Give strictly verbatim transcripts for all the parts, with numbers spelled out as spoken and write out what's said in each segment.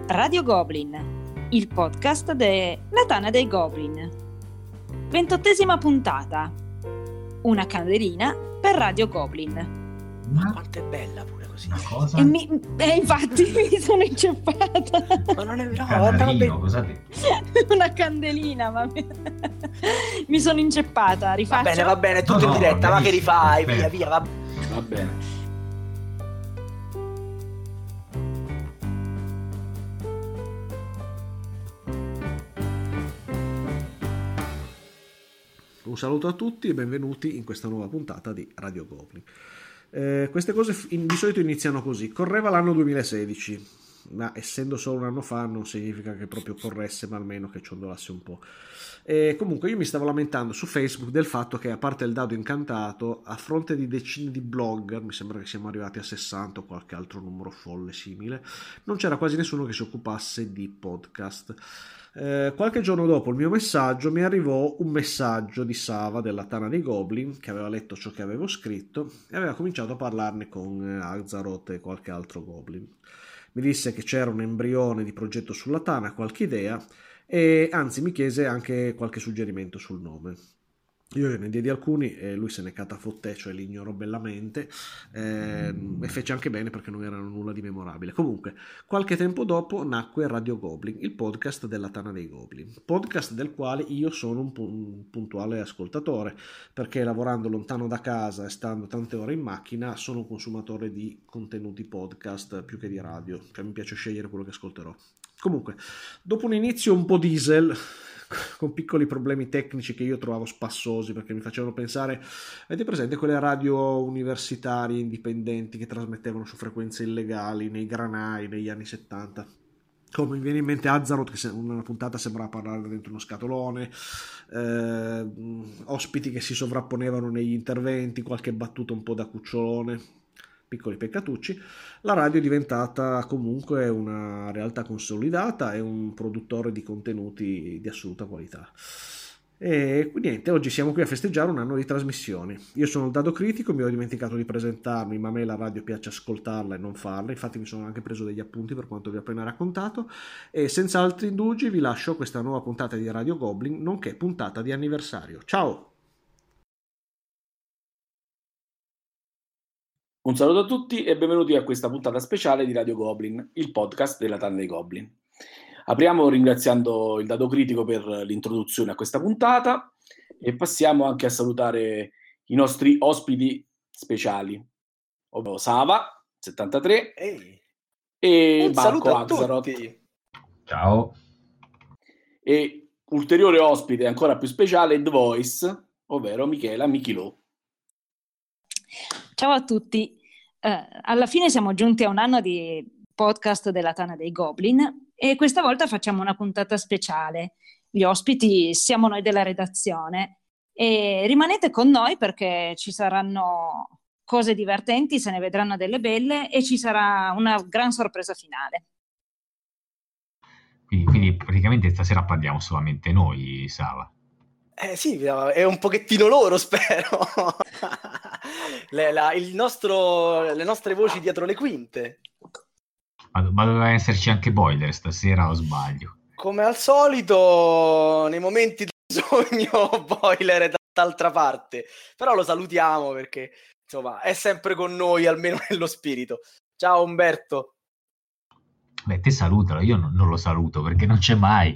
Radio Goblin, il podcast della Tana dei Goblin. Ventottesima puntata. Una candelina per Radio Goblin. Ma quanto è bella pure così. Una cosa? E, mi, e infatti mi sono inceppata. Ma non è vero, Canarino, cosa ha detto? Una candelina, ma mi... mi sono inceppata. Rifaccio? Va bene, va bene, è tutto No, in no, diretta, va ma che rifai, benissimo, via, via, va. Va bene. Un saluto a tutti e benvenuti in questa nuova puntata di Radio Goblin. Eh, queste cose in, di solito iniziano così. Correva l'anno duemilasedici, ma essendo solo un anno fa non significa che proprio corresse, ma almeno che ciondolasse un po'. E comunque io mi stavo lamentando su Facebook del fatto che, a parte il dado incantato, a fronte di decine di blogger, mi sembra che siamo arrivati a sessanta o qualche altro numero folle simile, non c'era quasi nessuno che si occupasse di podcast. Eh, qualche giorno dopo il mio messaggio mi arrivò un messaggio di Sava della Tana dei Goblin, che aveva letto ciò che avevo scritto e aveva cominciato a parlarne con eh, Azaroth e qualche altro Goblin. Mi disse che c'era un embrione di progetto sulla Tana, qualche idea, e anzi mi chiese anche qualche suggerimento sul nome. Io ne diedi alcuni e lui se ne catafotté, cioè li ignorò bellamente, eh, e fece anche bene perché non erano nulla di memorabile. Comunque, qualche tempo dopo nacque Radio Goblin, il podcast della Tana dei Goblin, podcast del quale io sono un, pu- un puntuale ascoltatore, perché lavorando lontano da casa e stando tante ore in macchina sono un consumatore di contenuti podcast più che di radio, cioè mi piace scegliere quello che ascolterò. Comunque, dopo un inizio un po' diesel, con piccoli problemi tecnici che io trovavo spassosi perché mi facevano pensare, avete presente quelle radio universitarie indipendenti che trasmettevano su frequenze illegali nei granai negli anni settanta? Come mi viene in mente Azaroth, che una puntata sembrava parlare dentro uno scatolone, eh, ospiti che si sovrapponevano negli interventi, qualche battuta un po' da cucciolone, piccoli peccatucci. La radio è diventata comunque una realtà consolidata e un produttore di contenuti di assoluta qualità. E niente, oggi siamo qui a festeggiare un anno di trasmissioni. Io sono il Dado Critico, mi ho dimenticato di presentarmi, ma a me la radio piace ascoltarla e non farla, infatti mi sono anche preso degli appunti per quanto vi ho appena raccontato, e senza altri indugi vi lascio questa nuova puntata di Radio Goblin, nonché puntata di anniversario. Ciao! Un saluto a tutti e benvenuti a questa puntata speciale di Radio Goblin, il podcast della Tana dei Goblin. Apriamo ringraziando il Dado Critico per l'introduzione a questa puntata e passiamo anche a salutare i nostri ospiti speciali, ovvero Sava, settantatré, Ehi. e Un Marco saluto a Azaroth. tutti. Ciao. E ulteriore ospite ancora più speciale, The Voice, ovvero Michela Michilò. Ciao a tutti. Eh, alla fine siamo giunti a un anno di podcast della Tana dei Goblin e questa volta facciamo una puntata speciale. Gli ospiti siamo noi della redazione e rimanete con noi perché ci saranno cose divertenti, se ne vedranno delle belle e ci sarà una gran sorpresa finale. Quindi, quindi praticamente stasera parliamo solamente noi, Sava. Eh sì, è un pochettino loro, spero. le, la, il nostro, le nostre voci dietro le quinte. Ma, ma doveva esserci anche Boiler stasera o sbaglio? Come al solito, nei momenti di bisogno, Boiler è dall'altra parte. Però lo salutiamo perché, insomma, è sempre con noi, almeno nello spirito. Ciao Umberto. Beh, te salutalo, io non, non lo saluto perché non c'è mai.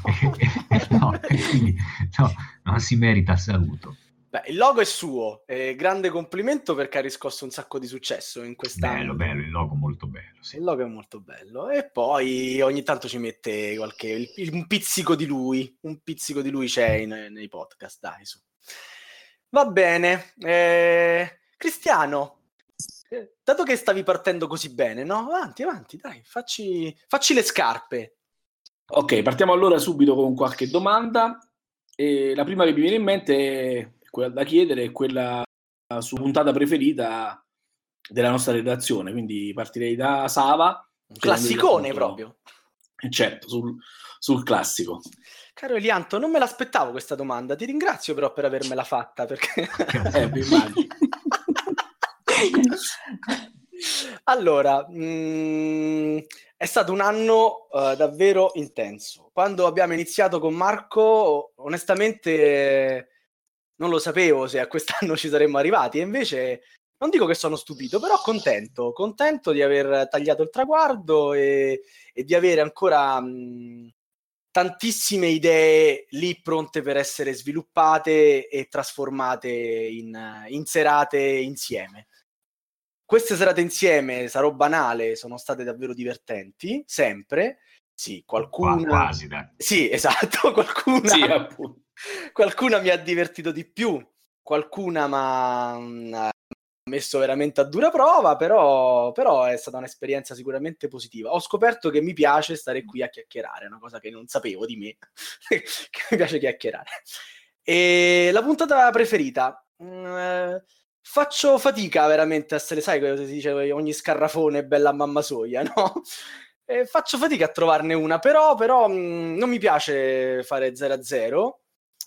No, quindi no, non si merita il saluto. Beh, il logo è suo, eh, grande complimento perché ha riscosso un sacco di successo in quest'anno. Bello, bello, il logo molto bello. Sì. Il logo è molto bello e poi ogni tanto ci mette qualche il, il, un pizzico di lui, un pizzico di lui c'è in, nei podcast, dai, su. Va bene, eh, Cristiano, eh, dato che stavi partendo così bene, no? Avanti, avanti, dai, facci, facci le scarpe. Ok, partiamo allora subito con qualche domanda. E la prima che mi viene in mente è quella da chiedere, è quella sua puntata preferita della nostra redazione, quindi partirei da Sava. Un classicone proprio. Certo, sul, sul classico. Caro Elianto, non me l'aspettavo questa domanda, ti ringrazio però per avermela fatta, perché... eh, mi immagino. Allora, mh, è stato un anno uh, davvero intenso. Quando abbiamo iniziato con Marco, onestamente eh, non lo sapevo se a quest'anno ci saremmo arrivati, e invece non dico che sono stupito, però contento, contento di aver tagliato il traguardo e, e di avere ancora mh, tantissime idee lì pronte per essere sviluppate e trasformate in, in serate insieme. Queste serate insieme, sarò banale, sono state davvero divertenti, sempre. Sì, qualcuna... Quasi, dai. Sì, esatto, qualcuna... Sì, appunto. Qualcuna mi ha divertito di più, qualcuna mi ha messo veramente a dura prova, però, però è stata un'esperienza sicuramente positiva. Ho scoperto che mi piace stare qui a chiacchierare, una cosa che non sapevo di me, che mi piace chiacchierare. E la puntata preferita... Eh, faccio fatica veramente a essere, sai, come si dice, ogni scarrafone è bella a mamma soia, no? E faccio fatica a trovarne una, però, però mh, non mi piace fare zero a zero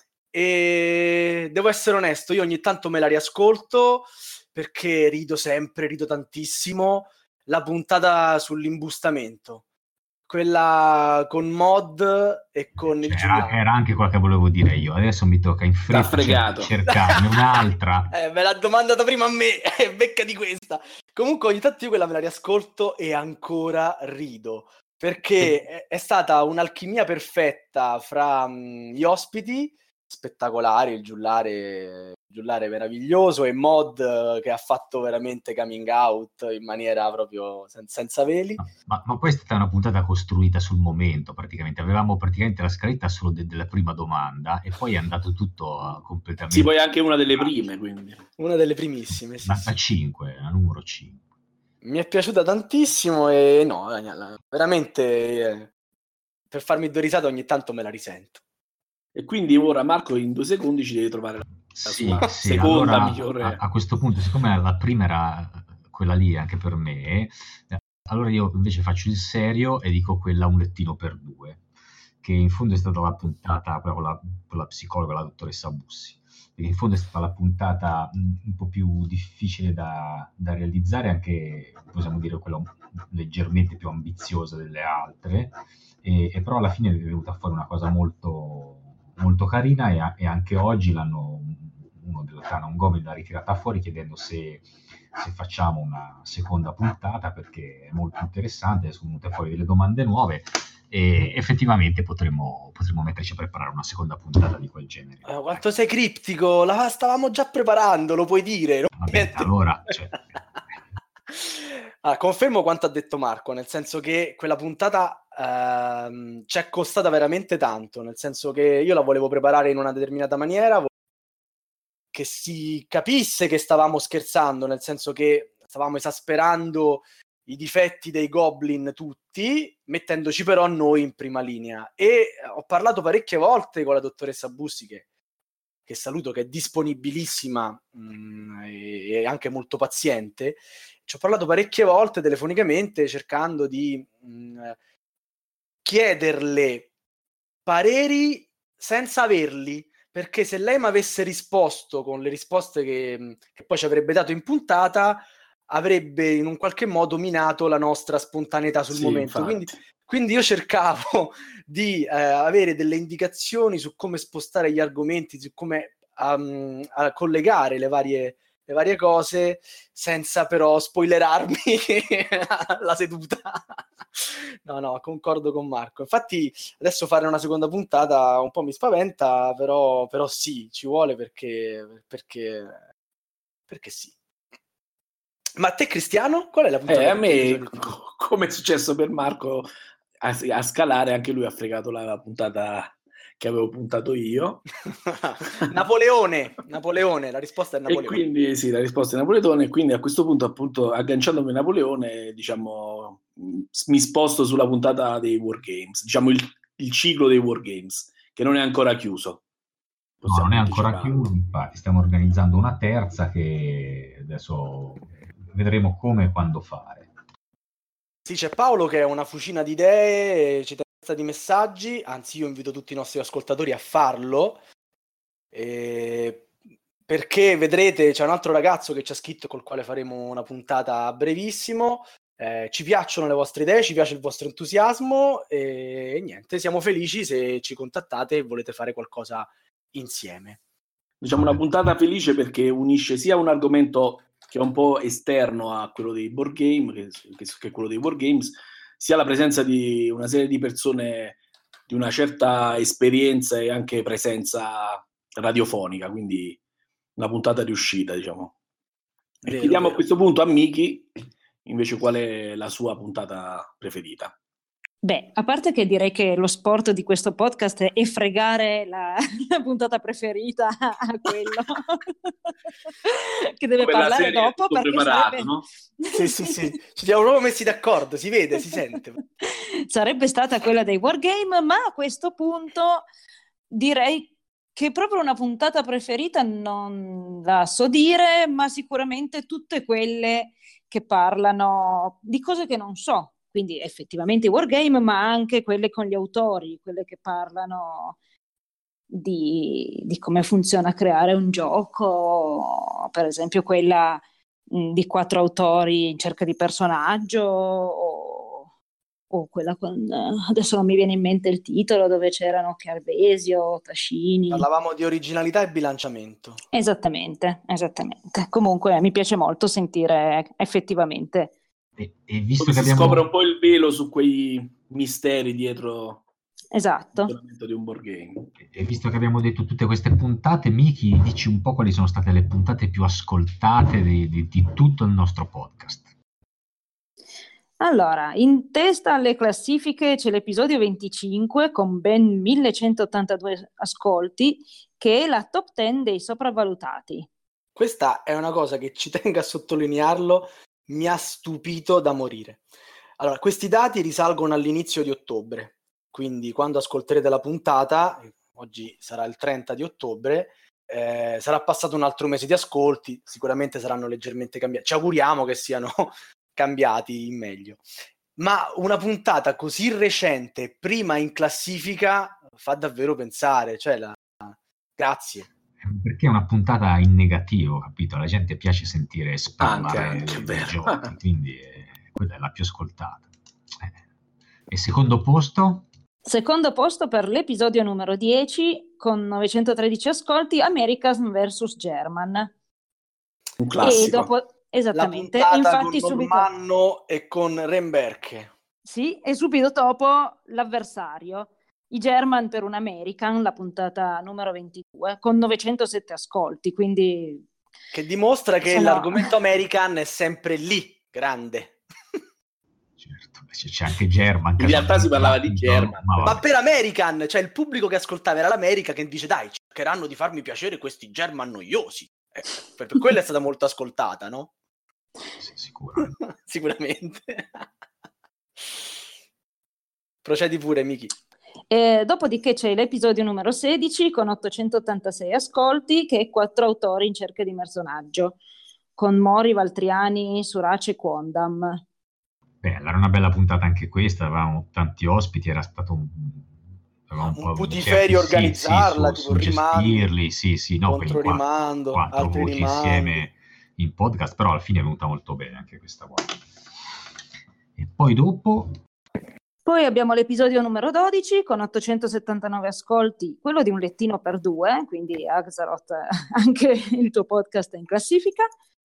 e devo essere onesto, io ogni tanto me la riascolto perché rido sempre, rido tantissimo. La puntata sull'imbustamento, quella con Mod e con Cioè, il era, giullare. era anche quello che volevo dire io. Adesso mi tocca in fretta cer- cercarne un'altra. Eh, me l'ha domandato prima a me, becca di questa. Comunque ogni tanto io quella me la riascolto e ancora rido, perché è, è stata un'alchimia perfetta fra mh, gli ospiti, spettacolari, il giullare, il giullare meraviglioso, e Mod eh, che ha fatto veramente coming out in maniera proprio sen- senza veli. Ma, ma poi è stata una puntata costruita sul momento, praticamente. Avevamo praticamente la scaletta solo de- della prima domanda e poi è andato tutto uh, completamente... Sì, poi anche una delle prime, quindi. Una delle primissime, sì, La, sì. la cinque, la numero cinque. Mi è piaciuta tantissimo e no, veramente eh, per farmi due risate ogni tanto me la risento. E quindi ora Marco in due secondi ci deve trovare la, la Sì, sua sì, seconda allora, migliore. a, a questo punto, siccome la prima era quella lì anche per me, eh, allora io invece faccio il serio e dico quella un lettino per due, che in fondo è stata la puntata con la, con la psicologa, la dottoressa Bussi, perché in fondo è stata la puntata un, un po' più difficile da, da realizzare, anche possiamo dire quella un, leggermente più ambiziosa delle altre, e, e però alla fine è venuta fuori una cosa molto molto carina, e, a, e anche oggi l'hanno, uno della Canon Goblin l'ha ritirata fuori chiedendo se, se facciamo una seconda puntata, perché è molto interessante, sono venute fuori delle domande nuove e effettivamente potremmo, potremmo metterci a preparare una seconda puntata di quel genere. Oh, quanto sei criptico, la stavamo già preparando, lo puoi dire. Vabbè, allora... Cioè... Ah, confermo quanto ha detto Marco, nel senso che quella puntata ehm, ci è costata veramente tanto, nel senso che io la volevo preparare in una determinata maniera, che si capisse che stavamo scherzando, nel senso che stavamo esasperando i difetti dei Goblin tutti, mettendoci però noi in prima linea. E ho parlato parecchie volte con la dottoressa Bussi, che, che saluto, che è disponibilissima mh, e, e anche molto paziente. Ci ho parlato parecchie volte telefonicamente cercando di mh, chiederle pareri senza averli, perché se lei mi avesse risposto con le risposte che, che poi ci avrebbe dato in puntata, avrebbe in un qualche modo minato la nostra spontaneità sul Sì, momento. Quindi, quindi io cercavo di eh, avere delle indicazioni su come spostare gli argomenti, su come um, a collegare le varie le varie cose, senza però spoilerarmi la seduta. No, no, concordo con Marco. Infatti adesso fare una seconda puntata un po' mi spaventa, però, però sì, ci vuole perché, perché, perché sì. Ma a te, Cristiano, qual è la puntata? Eh, a me, co- come è successo per Marco, a, a scalare anche lui ha fregato la, la puntata che avevo puntato io. Napoleone, Napoleone, la risposta è Napoleone. E quindi sì, la risposta è Napoleone, e quindi a questo punto, appunto, agganciandomi a Napoleone, diciamo, mi sposto sulla puntata dei Wargames, diciamo il, il ciclo dei Wargames, che non è ancora chiuso. No, non è ancora chiuso, infatti stiamo organizzando una terza che adesso vedremo come e quando fare. Sì, c'è Paolo che è una fucina di idee, ci testa di messaggi, anzi io invito tutti i nostri ascoltatori a farlo, eh, perché vedrete c'è un altro ragazzo che ci ha scritto col quale faremo una puntata a brevissimo, Eh, ci piacciono le vostre idee, ci piace il vostro entusiasmo e, e niente, siamo felici se ci contattate e volete fare qualcosa insieme. Diciamo una puntata felice perché unisce sia un argomento che è un po' esterno a quello dei board game, che, che, che è quello dei wargames, sia la presenza di una serie di persone di una certa esperienza e anche presenza radiofonica, quindi una puntata riuscita, diciamo. E Vero, chiediamo vero. a questo punto a Miki invece qual è la sua puntata preferita. Beh, a parte che direi che lo sport di questo podcast è fregare la, la puntata preferita a quello che deve Come la parlare serie dopo, tutto perché preparato, sarebbe... no? Sì, sì, sì, ci siamo proprio messi d'accordo, si vede, si sente. Sarebbe stata quella dei wargame, ma a questo punto direi che proprio una puntata preferita non la so dire, ma sicuramente tutte quelle che parlano di cose che non so. Quindi effettivamente i wargame, ma anche quelle con gli autori, quelle che parlano di, di come funziona creare un gioco, per esempio quella mh, di quattro autori in cerca di personaggio, o, o quella con, adesso non mi viene in mente il titolo, dove c'erano Carvesio, Tascini. Parlavamo di originalità e bilanciamento. Esattamente, esattamente. Comunque mi piace molto sentire effettivamente. E, e visto Dove che si abbiamo... scopre un po' il velo su quei misteri dietro Esatto. il funzionamento di un board game. E visto che abbiamo detto tutte queste puntate, Miki, dici un po' quali sono state le puntate più ascoltate di, di, di tutto il nostro podcast. Allora, in testa alle classifiche c'è l'episodio venticinque con ben millecentottantadue ascolti, che è la top dieci dei sopravvalutati. Questa è una cosa che ci tengo a sottolinearlo, mi ha stupito da morire. Allora, questi dati risalgono all'inizio di ottobre, quindi quando ascolterete la puntata, oggi sarà il trenta di ottobre, eh, sarà passato un altro mese di ascolti, sicuramente saranno leggermente cambiati. Ci auguriamo che siano cambiati in meglio. Ma una puntata così recente, prima in classifica, fa davvero pensare, cioè la... grazie. Perché è una puntata in negativo, capito? La gente piace sentire Anche, parlare anche, dei vero. giochi, quindi eh, quella è la più ascoltata. Eh. E secondo posto? Secondo posto per l'episodio numero dieci con novecentotredici ascolti, American versus German. Un classico. E dopo, esattamente, la puntata infatti con subito Normanno e con Remberke. sì, e subito dopo l'avversario, i German per un American, la puntata numero ventidue con novecentosette ascolti, quindi che dimostra che insomma... l'argomento American è sempre lì, grande. Certo, c'è anche German. In realtà si parlava di German. Ma, Ma per American, cioè il pubblico che ascoltava era l'America, che dice dai, cercheranno di farmi piacere questi German noiosi. Eh, per, per quella è stata molto ascoltata, no? Sì, sicuro. Sicuramente. Procedi pure, Miki. E dopodiché c'è l'episodio numero sedici con ottocentottantasei ascolti, che è quattro autori in cerca di personaggio, con Mori, Valtriani, Surace e Quondam. Beh, era una bella puntata anche questa, avevamo tanti ospiti, era stato un, un, un po' putiferio certi, organizzarla, sì, tipo su, su gestirli, sì, sì, no, contro quindi quattro, rimando, quattro altri voci rimandi. Insieme in podcast, però alla fine è venuta molto bene anche questa volta. E poi dopo... Poi abbiamo l'episodio numero dodici con ottocentosettantanove ascolti, quello di Un lettino per due, quindi Axaroth, anche il tuo podcast è in classifica.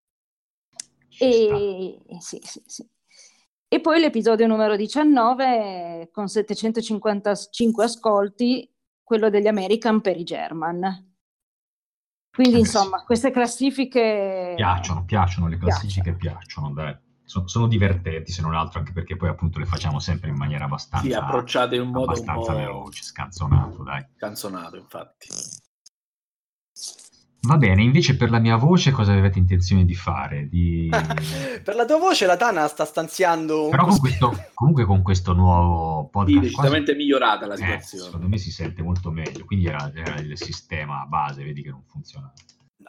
E, sì, sì, sì. E poi l'episodio numero diciannove con settecentocinquantacinque ascolti, quello degli American per i German. Quindi Eh, insomma, sì. queste classifiche piacciono, piacciono le classifiche, piacciono, piacciono, dai. Sono, sono divertenti se non altro, anche perché poi appunto le facciamo sempre in maniera abbastanza, sì, approcciate in un modo abbastanza un po' veloce, scanzonato, dai. Canzonato, infatti. Va bene, invece per la mia voce cosa avete intenzione di fare? Di... Per la tua voce la Tana sta stanziando un Però con questo, comunque con questo nuovo podcast Sì, decisamente quasi, migliorata la eh, situazione. secondo me si sente molto meglio, quindi era, era il sistema base, vedi che non funziona.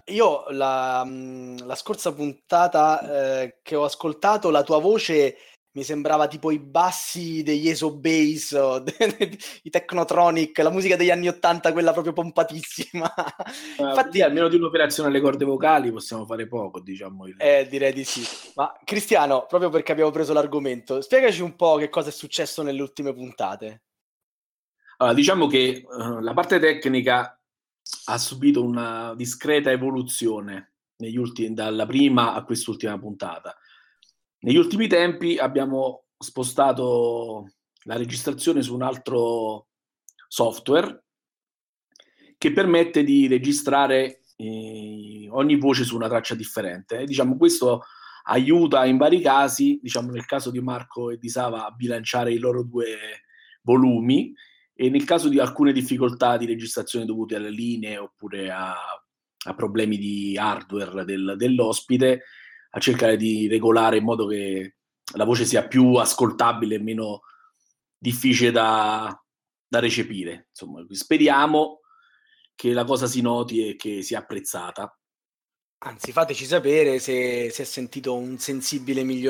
Io la, la scorsa puntata eh, che ho ascoltato, la tua voce mi sembrava tipo i bassi degli Eso Bass, o de- i Technotronic, la musica degli anni ottanta, quella proprio pompatissima. Uh, Infatti, sì, almeno di un'operazione alle corde vocali possiamo fare poco, diciamo. Il... Eh, direi di sì. Ma Cristiano, proprio perché abbiamo preso l'argomento, spiegaci un po' che cosa è successo nelle ultime puntate. Allora, diciamo che uh, la parte tecnica ha subito una discreta evoluzione negli ultimi, dalla prima a quest'ultima puntata. Negli ultimi tempi abbiamo spostato la registrazione su un altro software che permette di registrare eh, ogni voce su una traccia differente. E, diciamo, questo aiuta in vari casi, diciamo nel caso di Marco e di Sava, a bilanciare i loro due volumi, e nel caso di alcune difficoltà di registrazione dovute alle linee oppure a, a problemi di hardware del, dell'ospite, a cercare di regolare in modo che la voce sia più ascoltabile e meno difficile da, da recepire. Insomma, speriamo che la cosa si noti e che sia apprezzata. Anzi, fateci sapere se si è sentito un sensibile miglioramento.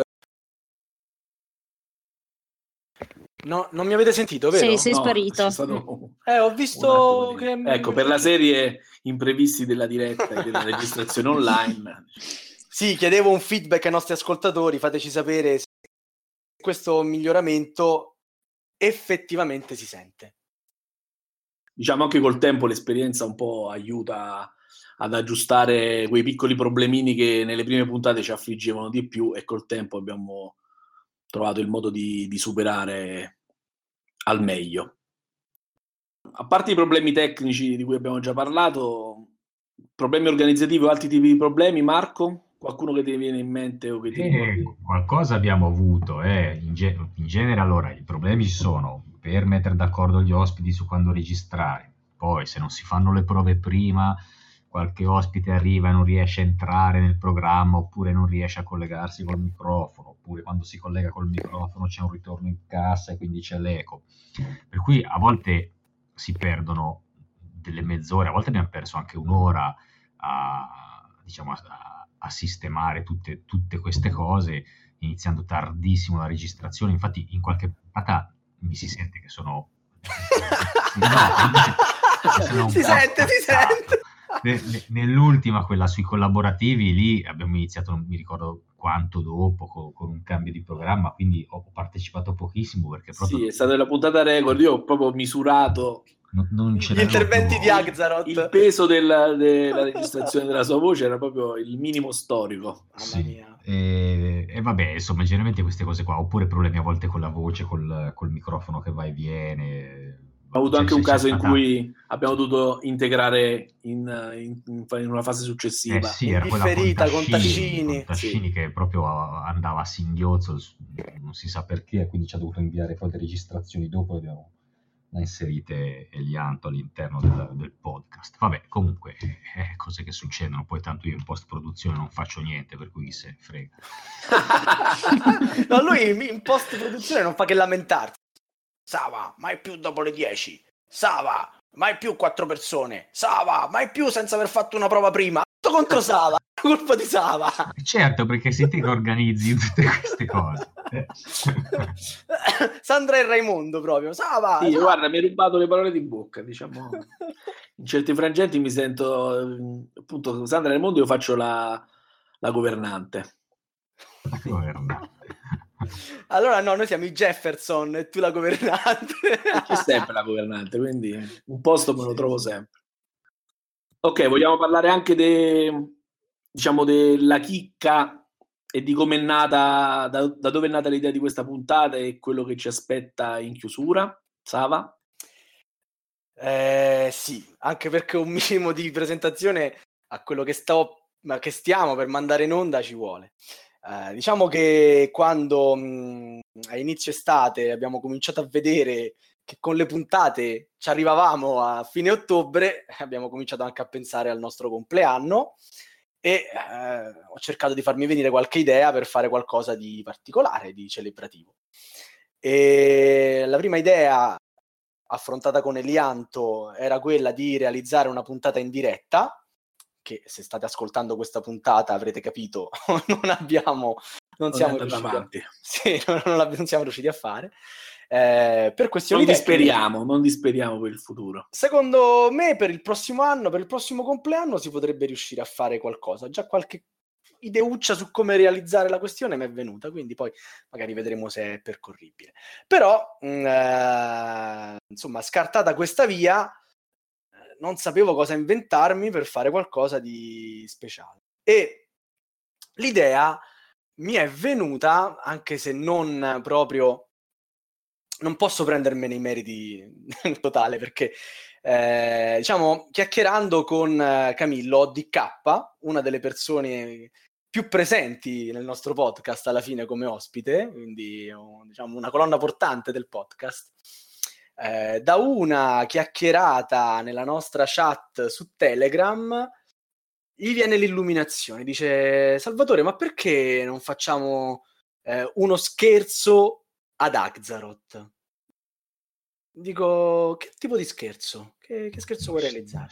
No, non mi avete sentito, vero? Sì, sei No, sparito. stato Eh, ho visto di... che... Ecco, per la serie imprevisti della diretta e della registrazione online. Sì, chiedevo un feedback ai nostri ascoltatori, fateci sapere se questo miglioramento effettivamente si sente. Diciamo anche col tempo l'esperienza un po' aiuta ad aggiustare quei piccoli problemini che nelle prime puntate ci affliggevano di più, e col tempo abbiamo trovato il modo di, di superare al meglio. A parte i problemi tecnici di cui abbiamo già parlato, problemi organizzativi o altri tipi di problemi, Marco? Qualcuno che ti viene in mente o che ti ricordi? Eh, qualcosa abbiamo avuto, eh. In, ge- in genere allora i problemi ci sono per mettere d'accordo gli ospiti su quando registrare, poi se non si fanno le prove prima, qualche ospite arriva e non riesce a entrare nel programma, oppure non riesce a collegarsi col microfono, oppure quando si collega col microfono c'è un ritorno in cassa e quindi c'è l'eco, per cui a volte si perdono delle mezz'ore, a volte abbiamo perso anche un'ora a, diciamo, a, a sistemare tutte, tutte queste cose, iniziando tardissimo la registrazione. Infatti in qualche puntata mi si sente che sono... no, sono si sente, si sente. Ne, ne, nell'ultima, quella sui collaborativi, lì abbiamo iniziato, non mi ricordo quanto dopo, co, con un cambio di programma, quindi ho partecipato pochissimo perché proprio... Sì, è stata la puntata record, io ho proprio misurato non, non gli interventi di Axaroth. Il peso della, della registrazione della sua voce era proprio il minimo storico. Sì. Mia. E, e vabbè, insomma, generalmente queste cose qua, oppure problemi a volte con la voce, col, col microfono che va e viene. Ho avuto anche un caso in cui abbiamo dovuto integrare in, in, in una fase successiva. Eh sì, era quella differita, con Tascini, con Tascini sì. Che proprio andava a singhiozzo, non si sa perché, quindi ci ha dovuto inviare poi le registrazioni dopo, le abbiamo inserite Elianto all'interno del, del podcast. Vabbè, comunque, eh, cose che succedono, poi tanto io in post-produzione non faccio niente, per cui chi se ne frega. No, lui in post-produzione non fa che lamentarsi. Sava, mai più dopo le dieci. Sava, mai più quattro persone. Sava, mai più senza aver fatto una prova prima. Tutto contro Sava, colpa di Sava. Certo, perché sei te che organizzi tutte queste cose. Sandra e Raimondo proprio. Sava, sì, Sava. Guarda, mi hai rubato le parole di bocca, diciamo. In certi frangenti mi sento, appunto, Sandra e Raimondo, io faccio la, la governante. La governante. Allora no, noi siamo i Jefferson e tu la governante. E c'è sempre la governante, quindi un posto me lo trovo sempre. Ok, vogliamo parlare anche de, diciamo, della chicca e di come è nata, da, da dove è nata l'idea di questa puntata e quello che ci aspetta in chiusura. Sava? Eh, sì, anche perché un minimo di presentazione a quello che, sto, che stiamo per mandare in onda ci vuole. Uh, diciamo che quando mh, a inizio estate abbiamo cominciato a vedere che con le puntate ci arrivavamo a fine ottobre, abbiamo cominciato anche a pensare al nostro compleanno e uh, ho cercato di farmi venire qualche idea per fare qualcosa di particolare, di celebrativo. E la prima idea affrontata con Elianto era quella di realizzare una puntata in diretta, che se state ascoltando questa puntata avrete capito non abbiamo non, non siamo è andata riusciti avanti. A... Sì, non, non, non siamo riusciti a fare. Eh, per questioni non tecniche. disperiamo, non disperiamo per il futuro. Secondo me per il prossimo anno, per il prossimo compleanno si potrebbe riuscire a fare qualcosa. Già qualche ideuccia su come realizzare la questione mi è venuta, quindi poi magari vedremo se è percorribile. Però, mh, eh, insomma, scartata questa via, eh, non sapevo cosa inventarmi per fare qualcosa di speciale. E l'idea mi è venuta, anche se non proprio... non posso prendermene i meriti in totale, perché eh, diciamo, chiacchierando con eh, Camillo D K, una delle persone più presenti nel nostro podcast alla fine come ospite, quindi diciamo una colonna portante del podcast, eh, da una chiacchierata nella nostra chat su Telegram gli viene l'illuminazione, dice: Salvatore, ma perché non facciamo eh, uno scherzo ad Axaroth? Dico, che tipo di scherzo? Che, che scherzo vuoi realizzare?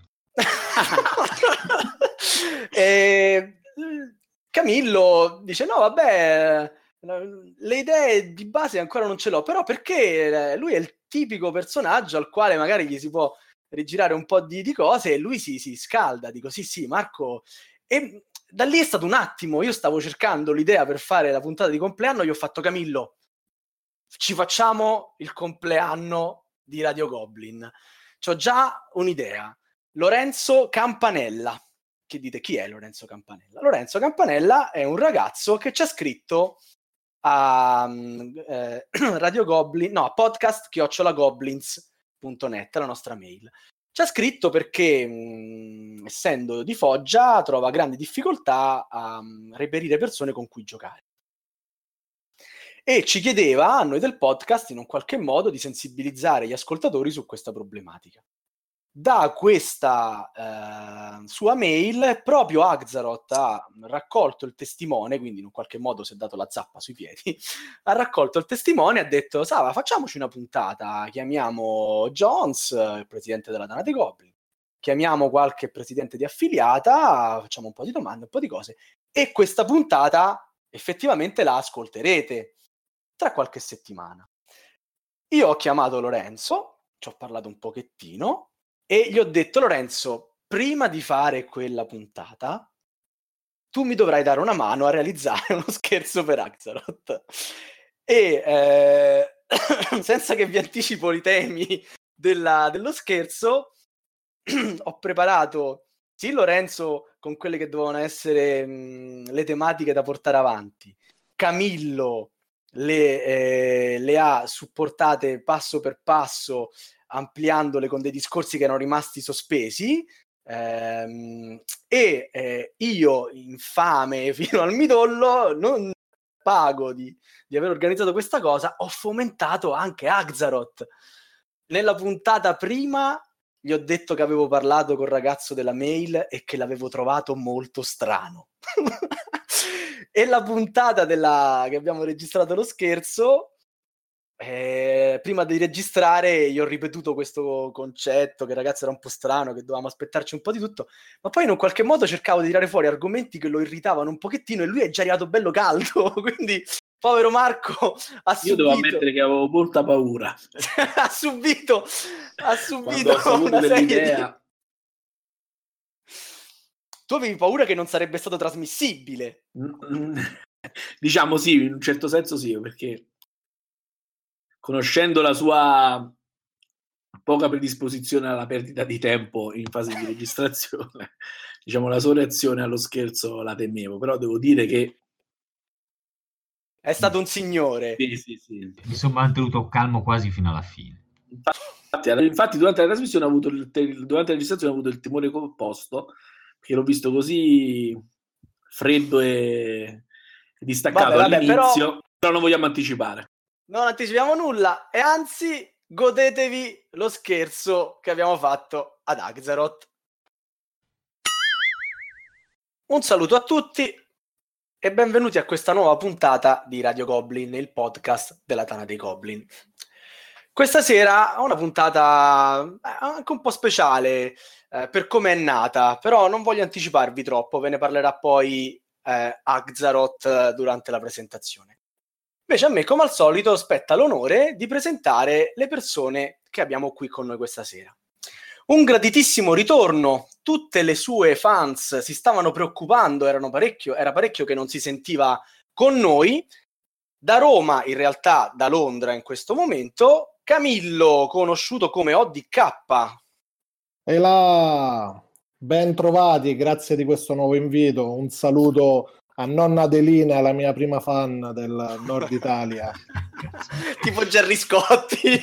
E Camillo dice: no, vabbè, le idee di base ancora non ce l'ho, però perché lui è il tipico personaggio al quale magari gli si può rigirare un po' di, di cose, e lui si, si scalda. Dico: sì, sì, Marco. E da lì è stato un attimo, io stavo cercando l'idea per fare la puntata di compleanno, gli ho fatto: Camillo, ci facciamo il compleanno di Radio Goblin. C'ho già un'idea. Lorenzo Campanella. Che dite, chi è Lorenzo Campanella? Lorenzo Campanella è un ragazzo che ci ha scritto a eh, Radio Goblin, no, a podcast chiocciola goblins punto net, la nostra mail. Ci ha scritto perché, mh, essendo di Foggia, trova grandi difficoltà a mh, reperire persone con cui giocare. E ci chiedeva a noi del podcast in un qualche modo di sensibilizzare gli ascoltatori su questa problematica. Da questa eh, sua mail proprio Axaroth ha raccolto il testimone, quindi in un qualche modo si è dato la zappa sui piedi, ha raccolto il testimone e ha detto: Sava, facciamoci una puntata, chiamiamo Jones, il presidente della Tana dei Goblin, chiamiamo qualche presidente di affiliata, facciamo un po' di domande, un po' di cose, e questa puntata effettivamente la ascolterete tra qualche settimana. Io ho chiamato Lorenzo, ci ho parlato un pochettino e gli ho detto: Lorenzo, prima di fare quella puntata tu mi dovrai dare una mano a realizzare uno scherzo per Axaroth. E eh, senza che vi anticipo i temi della, dello scherzo, ho preparato sì Lorenzo con quelle che dovevano essere mh, le tematiche da portare avanti, Camillo le, eh, le ha supportate passo per passo, ampliandole con dei discorsi che erano rimasti sospesi, ehm, e eh, io, infame fino al midollo, non pago di, di aver organizzato questa cosa, ho fomentato anche Axaroth. Nella puntata prima gli ho detto che avevo parlato col ragazzo della mail e che l'avevo trovato molto strano. E la puntata della che abbiamo registrato lo scherzo, eh, prima di registrare gli ho ripetuto questo concetto che il ragazzo era un po' strano, che dovevamo aspettarci un po' di tutto, ma poi in un qualche modo cercavo di tirare fuori argomenti che lo irritavano un pochettino e lui è già arrivato bello caldo, quindi povero Marco ha subito... Io devo ammettere che avevo molta paura. ha subito ha subito Quando ho saputo una serie dell'idea... di... Tu avevi paura che non sarebbe stato trasmissibile. Diciamo sì, in un certo senso sì, perché conoscendo la sua poca predisposizione alla perdita di tempo in fase di registrazione, diciamo la sua reazione allo scherzo la temevo, però devo dire che è stato un signore. Sì, sì, sì. Mi sono mantenuto calmo quasi fino alla fine. Infatti, infatti durante la trasmissione ho avuto il, durante la registrazione ho avuto il timore opposto, perché l'ho visto così freddo e distaccato vabbè, vabbè, all'inizio, però... però non vogliamo anticipare. Non anticipiamo nulla e anzi godetevi lo scherzo che abbiamo fatto ad Axaroth. Un saluto a tutti e benvenuti a questa nuova puntata di Radio Goblin, il podcast della Tana dei Goblin. Questa sera ho una puntata anche un po' speciale eh, per come è nata, però non voglio anticiparvi troppo, ve ne parlerà poi eh, Axaroth durante la presentazione. Invece a me, come al solito, spetta l'onore di presentare le persone che abbiamo qui con noi questa sera. Un graditissimo ritorno, tutte le sue fans si stavano preoccupando, erano parecchio, era parecchio che non si sentiva con noi. Da Roma, in realtà da Londra in questo momento, Camillo, conosciuto come O D K. E là, ben trovati, grazie di questo nuovo invito. Un saluto a nonna Adelina, la mia prima fan del Nord Italia. Tipo Gerry Scotti.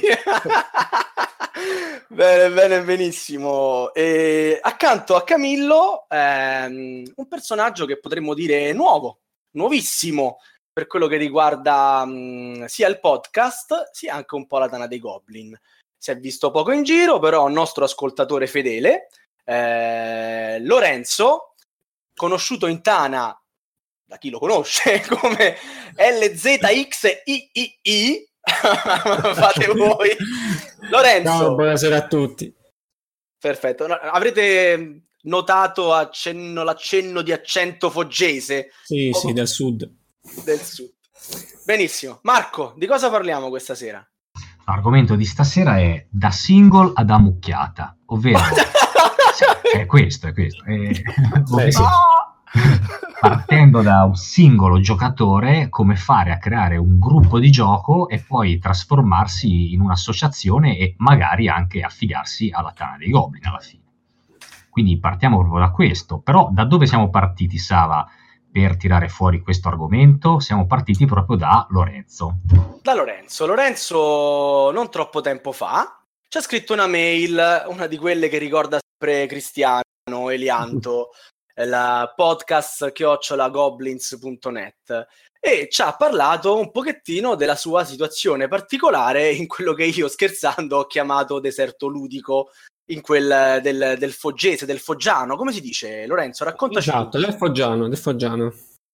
Bene, bene, benissimo. E accanto a Camillo ehm, un personaggio che potremmo dire nuovo, nuovissimo per quello che riguarda mh, sia il podcast sia anche un po' la Tana dei Goblin. Si è visto poco in giro, però un nostro ascoltatore fedele, eh, Lorenzo, conosciuto in Tana da chi lo conosce come L Z X I I I. Fate voi. Lorenzo. Ciao, buonasera a tutti. Perfetto. No, avrete notato accenno, l'accenno di accento foggese? Sì, Poco... sì, del sud. Del sud. Benissimo. Marco, di cosa parliamo questa sera? L'argomento di stasera è da single ad ammucchiata, ovvero sì, è questo, è questo. È, ovvero, sì. partendo da un singolo giocatore, come fare a creare un gruppo di gioco e poi trasformarsi in un'associazione e magari anche affiliarsi alla Tana dei Goblin alla fine. Quindi partiamo proprio da questo. Però da dove siamo partiti, Sava, per tirare fuori questo argomento? Siamo partiti proprio da Lorenzo. Da Lorenzo. Lorenzo non troppo tempo fa ci ha scritto una mail, una di quelle che ricorda sempre Cristiano Elianto, la podcast chiocciola goblins punto net, e ci ha parlato un pochettino della sua situazione particolare in quello che io, scherzando, ho chiamato deserto ludico, in quel del, del foggese, del foggiano. Come si dice, Lorenzo? Raccontaci. Esatto, del foggiano, del foggiano.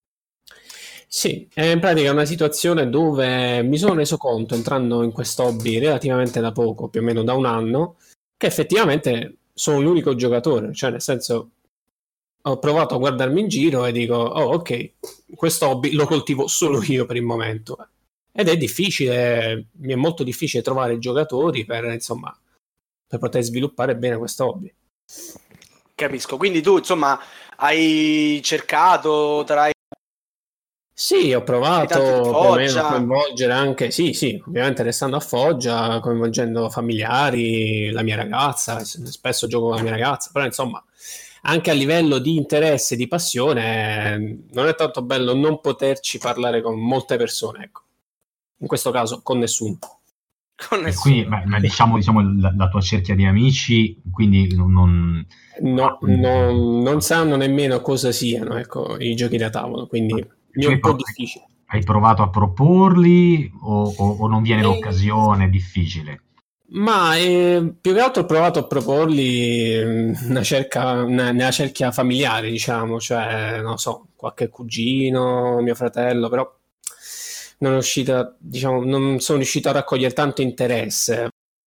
Sì, è in pratica una situazione dove mi sono reso conto, entrando in questo hobby relativamente da poco, più o meno da un anno, che effettivamente sono l'unico giocatore, cioè nel senso ho provato a guardarmi in giro e dico, oh ok, questo hobby lo coltivo solo io per il momento. Ed è difficile, mi è molto difficile trovare giocatori per, insomma, per poter sviluppare bene questo hobby. Capisco, quindi tu, insomma, hai cercato tra i... Sì, ho provato più o meno a coinvolgere anche, sì, sì, ovviamente restando a Foggia, coinvolgendo familiari, la mia ragazza, spesso gioco con la mia ragazza, però insomma... Anche a livello di interesse, di passione, non è tanto bello non poterci parlare con molte persone, ecco. In questo caso con nessuno. Con nessuno. E quindi, ma, ma diciamo, diciamo la, la tua cerchia di amici, quindi non... non... No, non, non sanno nemmeno cosa siano, ecco, i giochi da tavolo, quindi mi è un po' difficile. Hai provato a proporli o, o, o non viene e... l'occasione? È difficile? Ma eh, più che altro ho provato a proporli una cerca, una, nella cerchia familiare, diciamo, cioè, non so, qualche cugino, mio fratello, però non è uscita, diciamo, non sono riuscito a raccogliere tanto interesse.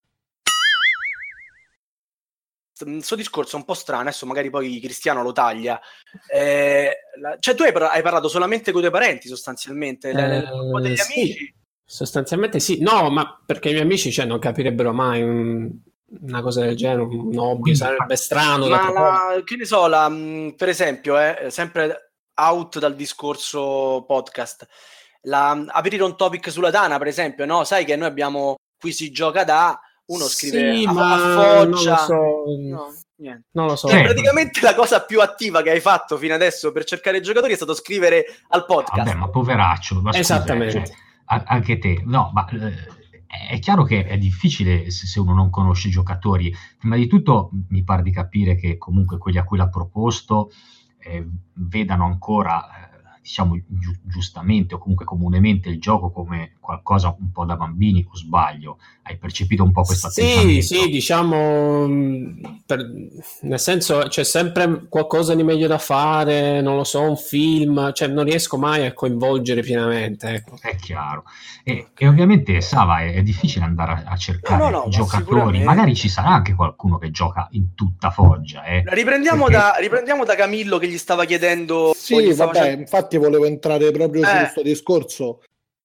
Il suo discorso è un po' strano, adesso magari poi Cristiano lo taglia. Eh, la, cioè tu hai, hai parlato solamente con i tuoi parenti, sostanzialmente, eh, un po' degli sì. amici. Sostanzialmente sì, no, ma perché i miei amici, cioè, non capirebbero mai un, una cosa del genere, un hobby, sarebbe strano. Ma la, che ne so, la, per esempio, eh, sempre out dal discorso podcast, la, aprire un topic sulla Tana, per esempio, no? Sai che noi abbiamo Qui si gioca da, uno scrive sì, a, ma a Foggia. Non lo so. No, niente. Non lo so. Cioè, praticamente la cosa più attiva che hai fatto fino adesso per cercare giocatori è stato scrivere al podcast. Vabbè, ma poveraccio. Ma esattamente. Scusa, cioè, anche te, no, ma eh, è chiaro che è difficile se, se uno non conosce i giocatori. Prima di tutto mi pare di capire che comunque quelli a cui l'ha proposto eh, vedano ancora, eh, diciamo gi- giustamente o comunque comunemente il gioco come qualcosa un po' da bambini, o sbaglio? Hai percepito un po' questo Sì, atteggiamento? sì, diciamo, mh, per- nel senso c'è sempre qualcosa di meglio da fare, non lo so, un film, cioè non riesco mai a coinvolgere pienamente, ecco. È chiaro. E, e ovviamente, Sava, è, è difficile andare a, a No, cercare no, no, ma giocatori. Magari sicuramente. ci sarà anche qualcuno che gioca in tutta Foggia, eh? Riprendiamo Perché da, riprendiamo da Camillo che gli stava chiedendo, o Sì, gli stava vabbè, facendo... infatti volevo entrare proprio su Eh, questo discorso.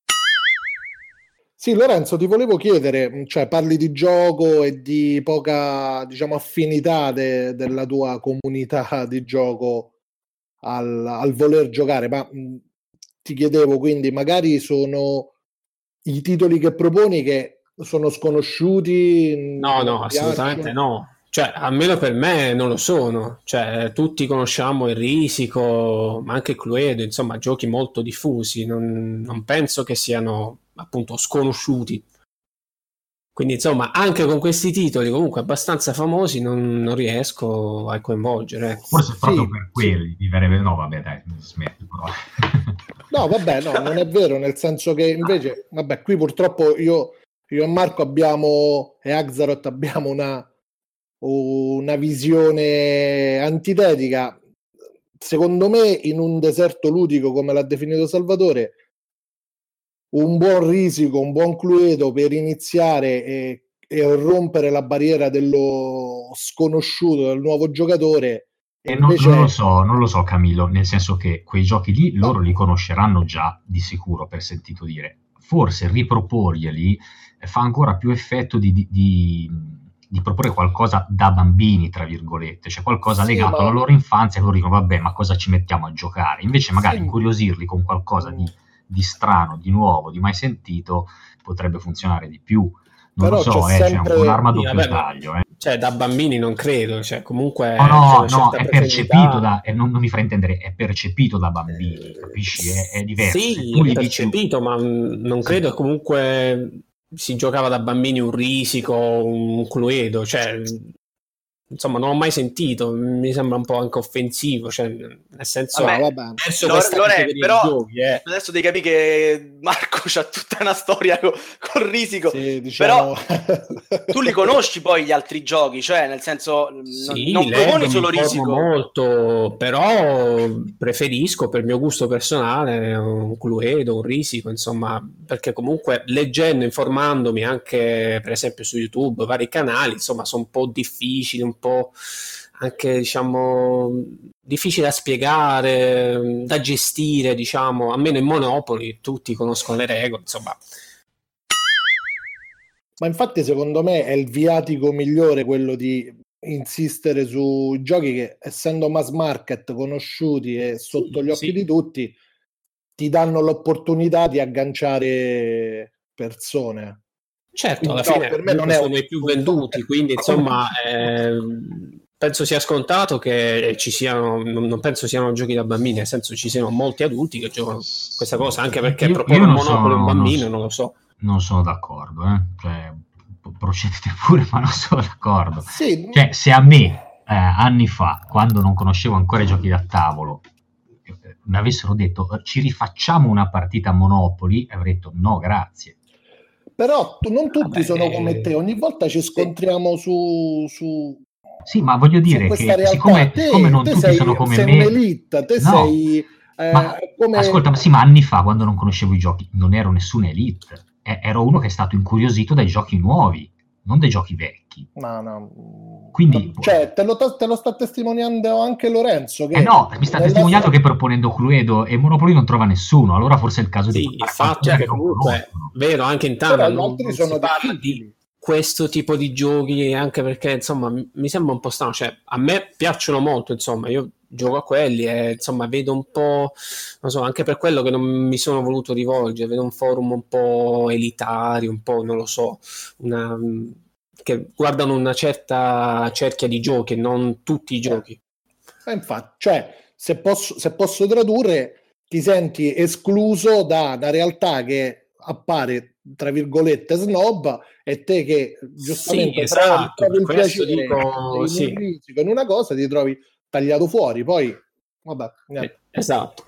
Sì, Lorenzo, ti volevo chiedere, cioè parli di gioco e di poca, diciamo, affinità de- della tua comunità di gioco al, al voler giocare, ma mh, ti chiedevo quindi, magari sono i titoli che proponi che sono sconosciuti, No, non no, ti assolutamente piacciono? no. Cioè, almeno per me non lo sono. Cioè, tutti conosciamo il Risico, ma anche Cluedo, insomma, giochi molto diffusi. Non, non penso che siano appunto sconosciuti. Quindi, insomma, anche con questi titoli comunque abbastanza famosi non, non riesco a coinvolgere, ecco. forse proprio Sì, per sì. quelli mi verrebbe... No, vabbè, dai, smetti però. No, vabbè, no, non è vero, nel senso che invece, vabbè, qui purtroppo io, io e Marco abbiamo, e Axaroth abbiamo una, una visione antitetica. Secondo me, in un deserto ludico, come l'ha definito Salvatore, un buon Risico, un buon Cluedo per iniziare e, e rompere la barriera dello sconosciuto, del nuovo giocatore, e E non, non lo invece... so, non lo so Camillo, nel senso che quei giochi lì No, loro li conosceranno già di sicuro, per sentito dire. Forse riproporglieli eh, fa ancora più effetto di, di- di- di proporre qualcosa da bambini, tra virgolette, cioè qualcosa sì, legato alla ma... loro infanzia, e loro dicono vabbè, ma cosa ci mettiamo a giocare? Invece magari Sì, incuriosirli con qualcosa di, di strano, di nuovo, di mai sentito, potrebbe funzionare di più. Non lo però c'è so, eh, c'è un po' sempre... un'arma a Sì, doppio vabbè, ma taglio, eh. cioè, da bambini non credo, cioè, No, comunque c'è no, una no, certa è percepito profondità. da, e non, non mi fraintendere, è percepito da bambini, Eh, capisci? È, è s- diverso. Se sì, tu è gli dici, percepito, ma mm, non sì, credo che comunque si giocava da bambini un Risico, un Cluedo, cioè, insomma, non l'ho mai sentito, mi sembra un po' anche offensivo, cioè, nel senso, No, vabbè, vabbè. verso Lore- questa Lore, categoria di però giochi, eh. adesso devi capire che Marco c'ha tutta una storia co- col Risico, Sì, però diciamo... tu li conosci poi gli altri giochi, cioè nel senso non, Sì, non proponi leggo, mi solo informo Risico. molto, però preferisco per mio gusto personale un Cluedo, un Risico, insomma, perché comunque leggendo, informandomi anche per esempio su YouTube, vari canali, insomma, sono un po' difficili, un po' anche, diciamo, difficili da spiegare, da gestire, diciamo, almeno in Monopoli tutti conoscono le regole, insomma. Ma infatti secondo me è il viatico migliore quello di insistere su giochi che, essendo mass market, conosciuti e sotto Sì, gli occhi sì. di tutti, ti danno l'opportunità di agganciare persone. Certo, alla Quindi no, fine per me non comunque è un sono i più insulto. venduti, quindi insomma ehm, penso sia scontato che ci siano, non, non penso siano giochi da bambini, nel senso ci siano molti adulti che giocano questa cosa, anche perché io, proporre io un non Monopoli a un sono, non, bambino so- non lo so. non sono d'accordo, eh. Cioè, p- procedete pure, ma non sono d'accordo. Sì, Cioè, se a me, eh, anni fa, quando non conoscevo ancora i giochi da tavolo, eh, mi avessero detto ci rifacciamo una partita a Monopoli, avrei detto no, grazie. però tu- non tutti Vabbè, sono come te, eh, ogni volta ci sì, scontriamo su, su, Sì, ma voglio su dire questa che realtà. siccome, siccome Te, non te tutti sono sei, come sei me, un'elite, te no, sei ma eh, come... ascolta, ma sì, ma anni fa, quando non conoscevo i giochi, non ero nessuna elite, E- ero uno che è stato incuriosito dai giochi nuovi, non dai giochi vecchi. No, no. Quindi, Cioè, te lo, te lo sta testimoniando anche Lorenzo, eh che no, mi sta nella testimoniando sua... che proponendo Cluedo e Monopoly non trova nessuno, allora forse è il caso di sì, il provare fatto qualcosa è che che non comunque, conoscono. vero, anche in Però Tana gli non, altri non si sono parla di difficili. questo tipo di giochi, anche perché insomma mi mi sembra un po' strano, cioè a me piacciono molto, insomma, io gioco a quelli e insomma vedo un po', non so, anche per quello che non mi sono voluto rivolgere, vedo un forum un po' elitario, un po', non lo so, una, che guardano una certa cerchia di giochi, non tutti i giochi. Eh, infatti, cioè, se posso, se posso tradurre, ti senti escluso da una realtà che appare, tra virgolette, snob, e te che Sì, giustamente trovi, esatto, trovi per il questo piacere dico in un sì, risico, in una cosa, ti trovi tagliato fuori. Poi, vabbè, niente. eh, esatto.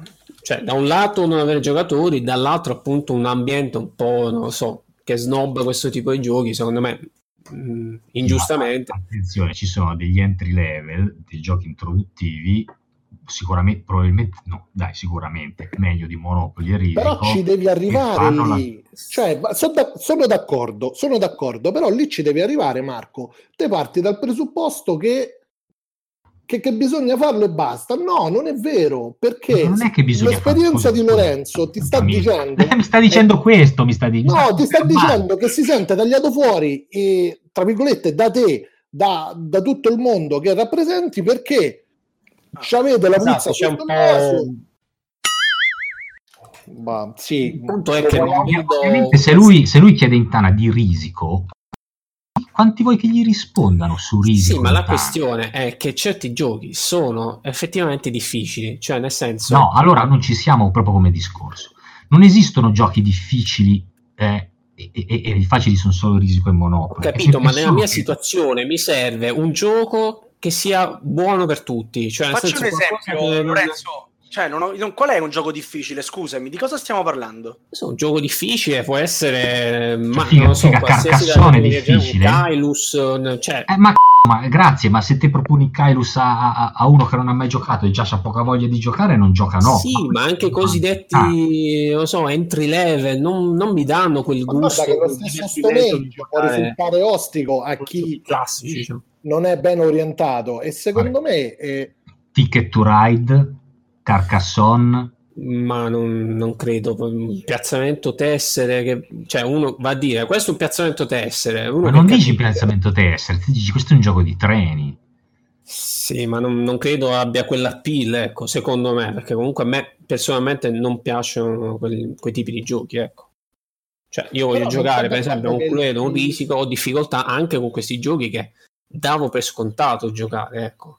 Cioè, da un lato non avere giocatori, dall'altro appunto un ambiente un po', non lo so, che snobba questo tipo di giochi, secondo me mh, ingiustamente. Ma, attenzione, ci sono degli entry level, dei giochi introduttivi, sicuramente, probabilmente, no, dai, sicuramente meglio di Monopoly e Risico. Però ci devi arrivare lì, la... cioè, sono, da, sono d'accordo, sono d'accordo, però lì ci devi arrivare, Marco. Te parti dal presupposto che Che, che bisogna farlo e basta. No, non è vero, perché non è che bisogna l'esperienza farlo. di Lorenzo ti sta mi, dicendo mi sta dicendo eh, questo mi sta dicendo no, ti sta dicendo che si sente tagliato fuori e, tra virgolette, da te, da, da tutto il mondo che rappresenti, perché c'avete la esatto, puzza c'è un sotto po'... il naso. Ma sì, il punto è che non vedo... se, lui, se lui chiede in Tana di Risico, quanti vuoi che gli rispondano su Risico? Sì, ma la questione è che certi giochi sono effettivamente difficili, cioè nel senso... No, allora non ci siamo proprio come discorso. Non esistono giochi difficili eh, e, e, e facili sono solo Risico e Monopoly. Ho capito, ma nella mia che... situazione mi serve un gioco che sia buono per tutti. Cioè, nel Faccio senso, un esempio, che... Lorenzo. Cioè, non ho, non, qual è un gioco difficile? Scusami, di cosa stiamo parlando? Un gioco difficile può essere, ma figa, non lo so, figa, Carcassonne difficile. Un Kailus, cioè... eh, ma, ma grazie, ma se te proponi Kailus a, a, a uno che non ha mai giocato e già c'ha poca voglia di giocare, non gioca no. Sì, ma, ma anche i cosiddetti, ah. non so, entry level non, non mi danno quel ma gusto. Che lo stesso stomeggi può risultare ostico a chi classici, cioè. non è ben orientato, e secondo Vabbè. me è... Ticket to Ride, Carcassonne, ma non, non credo. Piazzamento tessere, che, cioè uno va a dire questo è un piazzamento tessere, uno ma non dici piazzamento tessere, ti dici questo è un gioco di treni. Sì, ma non, non credo abbia quell'appeal, ecco, secondo me, perché comunque a me personalmente non piacciono quei, quei tipi di giochi, ecco. Cioè io voglio Però giocare per esempio un Cluedo, un Risico, ho difficoltà anche con questi giochi che davo per scontato giocare, ecco.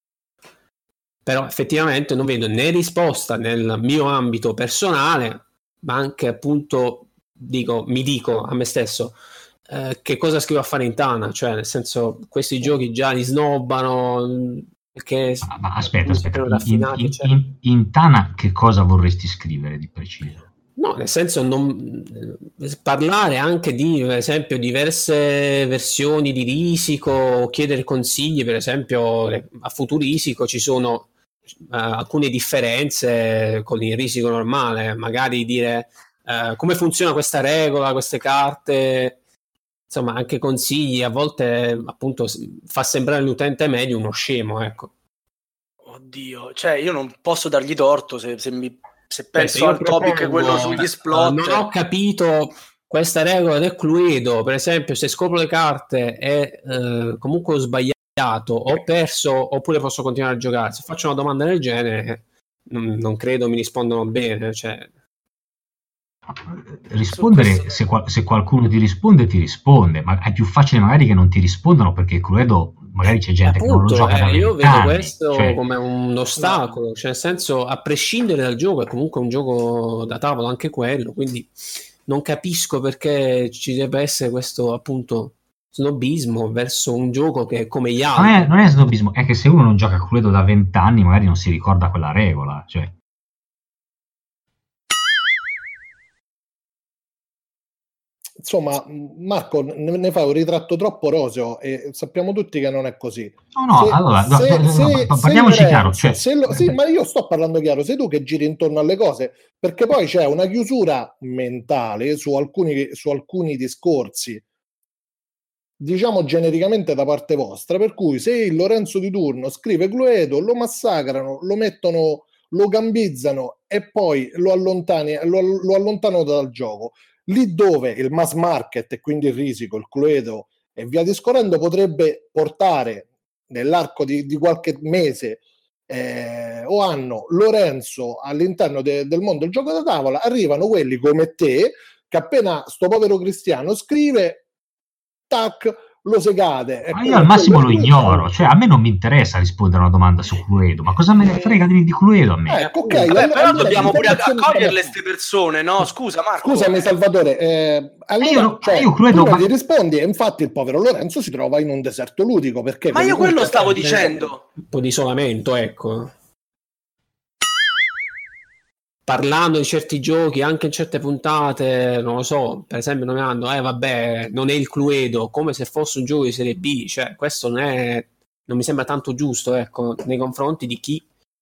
Però effettivamente non vedo né risposta nel mio ambito personale, ma anche appunto dico, mi dico a me stesso eh, che cosa scrivo a fare in Tana, cioè nel senso questi giochi già li snobbano, che ma, ma aspetta, aspetta. In, in, in, in Tana che cosa vorresti scrivere di preciso? No, nel senso non parlare anche di, per esempio, diverse versioni di Risico, chiedere consigli, per esempio a Futurisico ci sono Uh, alcune differenze con il Risico normale, magari dire uh, come funziona questa regola, queste carte, insomma anche consigli, a volte appunto fa sembrare l'utente medio uno scemo, ecco. Oddio, cioè io non posso dargli torto se, se, mi, se penso Beh, al propongo, topic quello sugli splot. Uh, non ho capito questa regola del Cluedo, per esempio se scopro le carte e uh, comunque ho sbagliato, ho perso oppure posso continuare a giocare. Se faccio una domanda del genere non, non credo mi rispondono bene, cioè... rispondere se, se qualcuno ti risponde ti risponde, ma è più facile magari che non ti rispondano perché Cluedo magari c'è gente Appunto, che non lo gioca da eh, io vedo anni, questo cioè... come un ostacolo, cioè nel senso a prescindere dal gioco è comunque un gioco da tavolo anche quello, quindi non capisco perché ci debba essere questo appunto snobismo verso un gioco che è come gli altri. Non è, non è snobismo, è che se uno non gioca a Cluedo da vent'anni magari non si ricorda quella regola, cioè. Insomma, Marco, ne fai un ritratto troppo roseo e sappiamo tutti che non è così. No, no, se, allora, se, no, se, no, parliamoci Lorenzo, chiaro. Cioè... Se lo, sì, ma io sto parlando chiaro, sei tu che giri intorno alle cose, perché poi c'è una chiusura mentale su alcuni, su alcuni discorsi, diciamo genericamente da parte vostra, per cui se il Lorenzo di turno scrive Cluedo, lo massacrano, lo mettono, lo gambizzano e poi lo, allontani, lo, lo allontanano dal gioco. Lì dove il mass market e quindi il Risico, il Cluedo e via discorrendo potrebbe portare nell'arco di, di qualche mese eh, o anno Lorenzo all'interno de, del mondo del gioco da tavola, arrivano quelli come te che appena sto povero Cristiano scrive, tac, lo segate. Ma io al massimo lo ignoro, cioè a me non mi interessa rispondere a una domanda su Cluedo, ma cosa me ne frega di, di Cluedo a me? Ecco, okay, Vabbè, allora, però allora, dobbiamo pure accoglierle queste persone, no? Scusa Marco. Scusami Salvatore, eh, allora io, cioè, io Cluedo, tu non ma... gli rispondi e infatti il povero Lorenzo si trova in un deserto ludico, perché ma io quello stavo dicendo. Un po' di isolamento, ecco. parlando di certi giochi, anche in certe puntate, non lo so, per esempio nominando, eh vabbè, non è il Cluedo, come se fosse un gioco di Serie B, cioè questo non è, non mi sembra tanto giusto, ecco, nei confronti di chi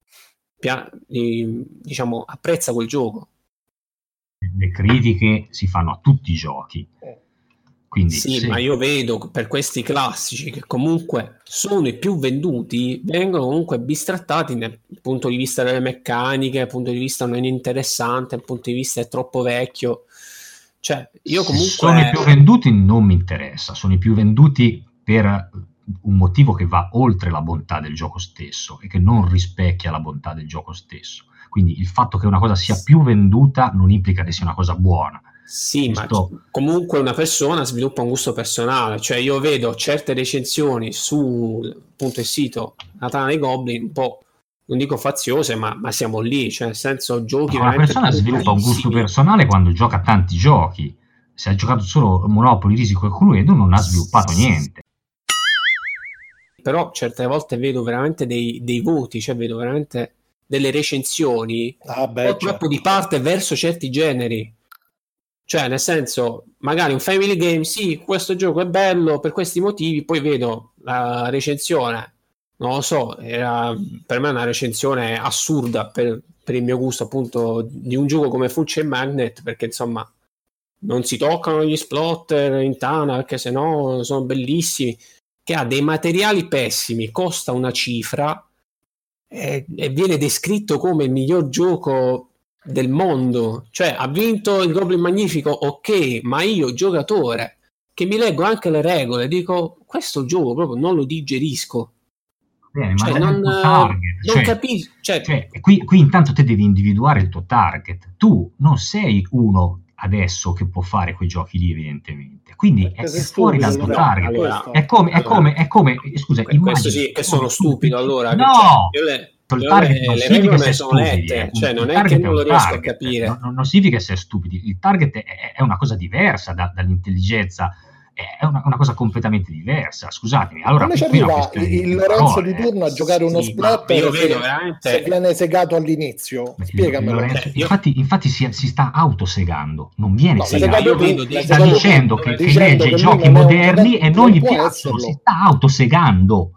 diciamo apprezza quel gioco. Le critiche si fanno a tutti i giochi. Quindi, sì, sì, ma io vedo per questi classici che comunque sono i più venduti, vengono comunque bistrattati dal punto di vista delle meccaniche, dal punto di vista non è interessante, dal punto di vista è troppo vecchio. Cioè, io comunque... sono i più venduti, non mi interessa, sono i più venduti per un motivo che va oltre la bontà del gioco stesso e che non rispecchia la bontà del gioco stesso. Quindi il fatto che una cosa sia più venduta non implica che sia una cosa buona. Sì, Questo... ma comunque una persona sviluppa un gusto personale, cioè io vedo certe recensioni sul appunto il sito La Tana dei Goblin un po', non dico faziose, ma, ma siamo lì, cioè nel senso giochi... Una persona sviluppa un gusto personale quando gioca a tanti giochi. Se ha giocato solo Monopoly, Risico e Cluedo non ha sviluppato niente. Però certe volte vedo veramente dei, dei voti, cioè vedo veramente delle recensioni ah beh, un po' certo. troppo di parte verso certi generi. Cioè, nel senso, magari un family game, sì, questo gioco è bello per questi motivi, poi vedo la recensione, non lo so, era per me una recensione assurda per, per il mio gusto, appunto, di un gioco come Full Chain Magnet, perché insomma non si toccano gli splotter in Tana, perché sennò sono bellissimi, che ha dei materiali pessimi, costa una cifra e, e viene descritto come il miglior gioco del mondo, cioè ha vinto il Goblin Magnifico, ok, ma io giocatore che mi leggo anche le regole dico questo gioco proprio non lo digerisco. Bene, cioè, ma non, il tuo target, non cioè, capisco, cioè, cioè, qui, qui intanto te devi individuare il tuo target. Tu non sei uno adesso che può fare quei giochi lì, evidentemente, quindi è, è fuori dal tuo no, target. allora, è come, è come, è come scusa, questo immagini, sì che sono stupido allora, no, che, cioè, io le, il io target le, non le significa regole me essere le sono stupidi, lette, eh. cioè non Il è che non lo riesco target, a capire, non, non significa essere stupidi, il target è, è una cosa diversa da, dall'intelligenza, è una, una cosa completamente diversa, scusatemi. Allora, come ci arriva il, il Lorenzo di turno a giocare uno sì, splatter io vedo se, veramente... se viene segato all'inizio? Spiegamelo. Lorenzo, infatti, infatti si, si sta autosegando, non viene no, segato. io vedo, sta dicendo che, che legge i giochi moderni e non gli piacciono, esserlo. Si sta autosegando.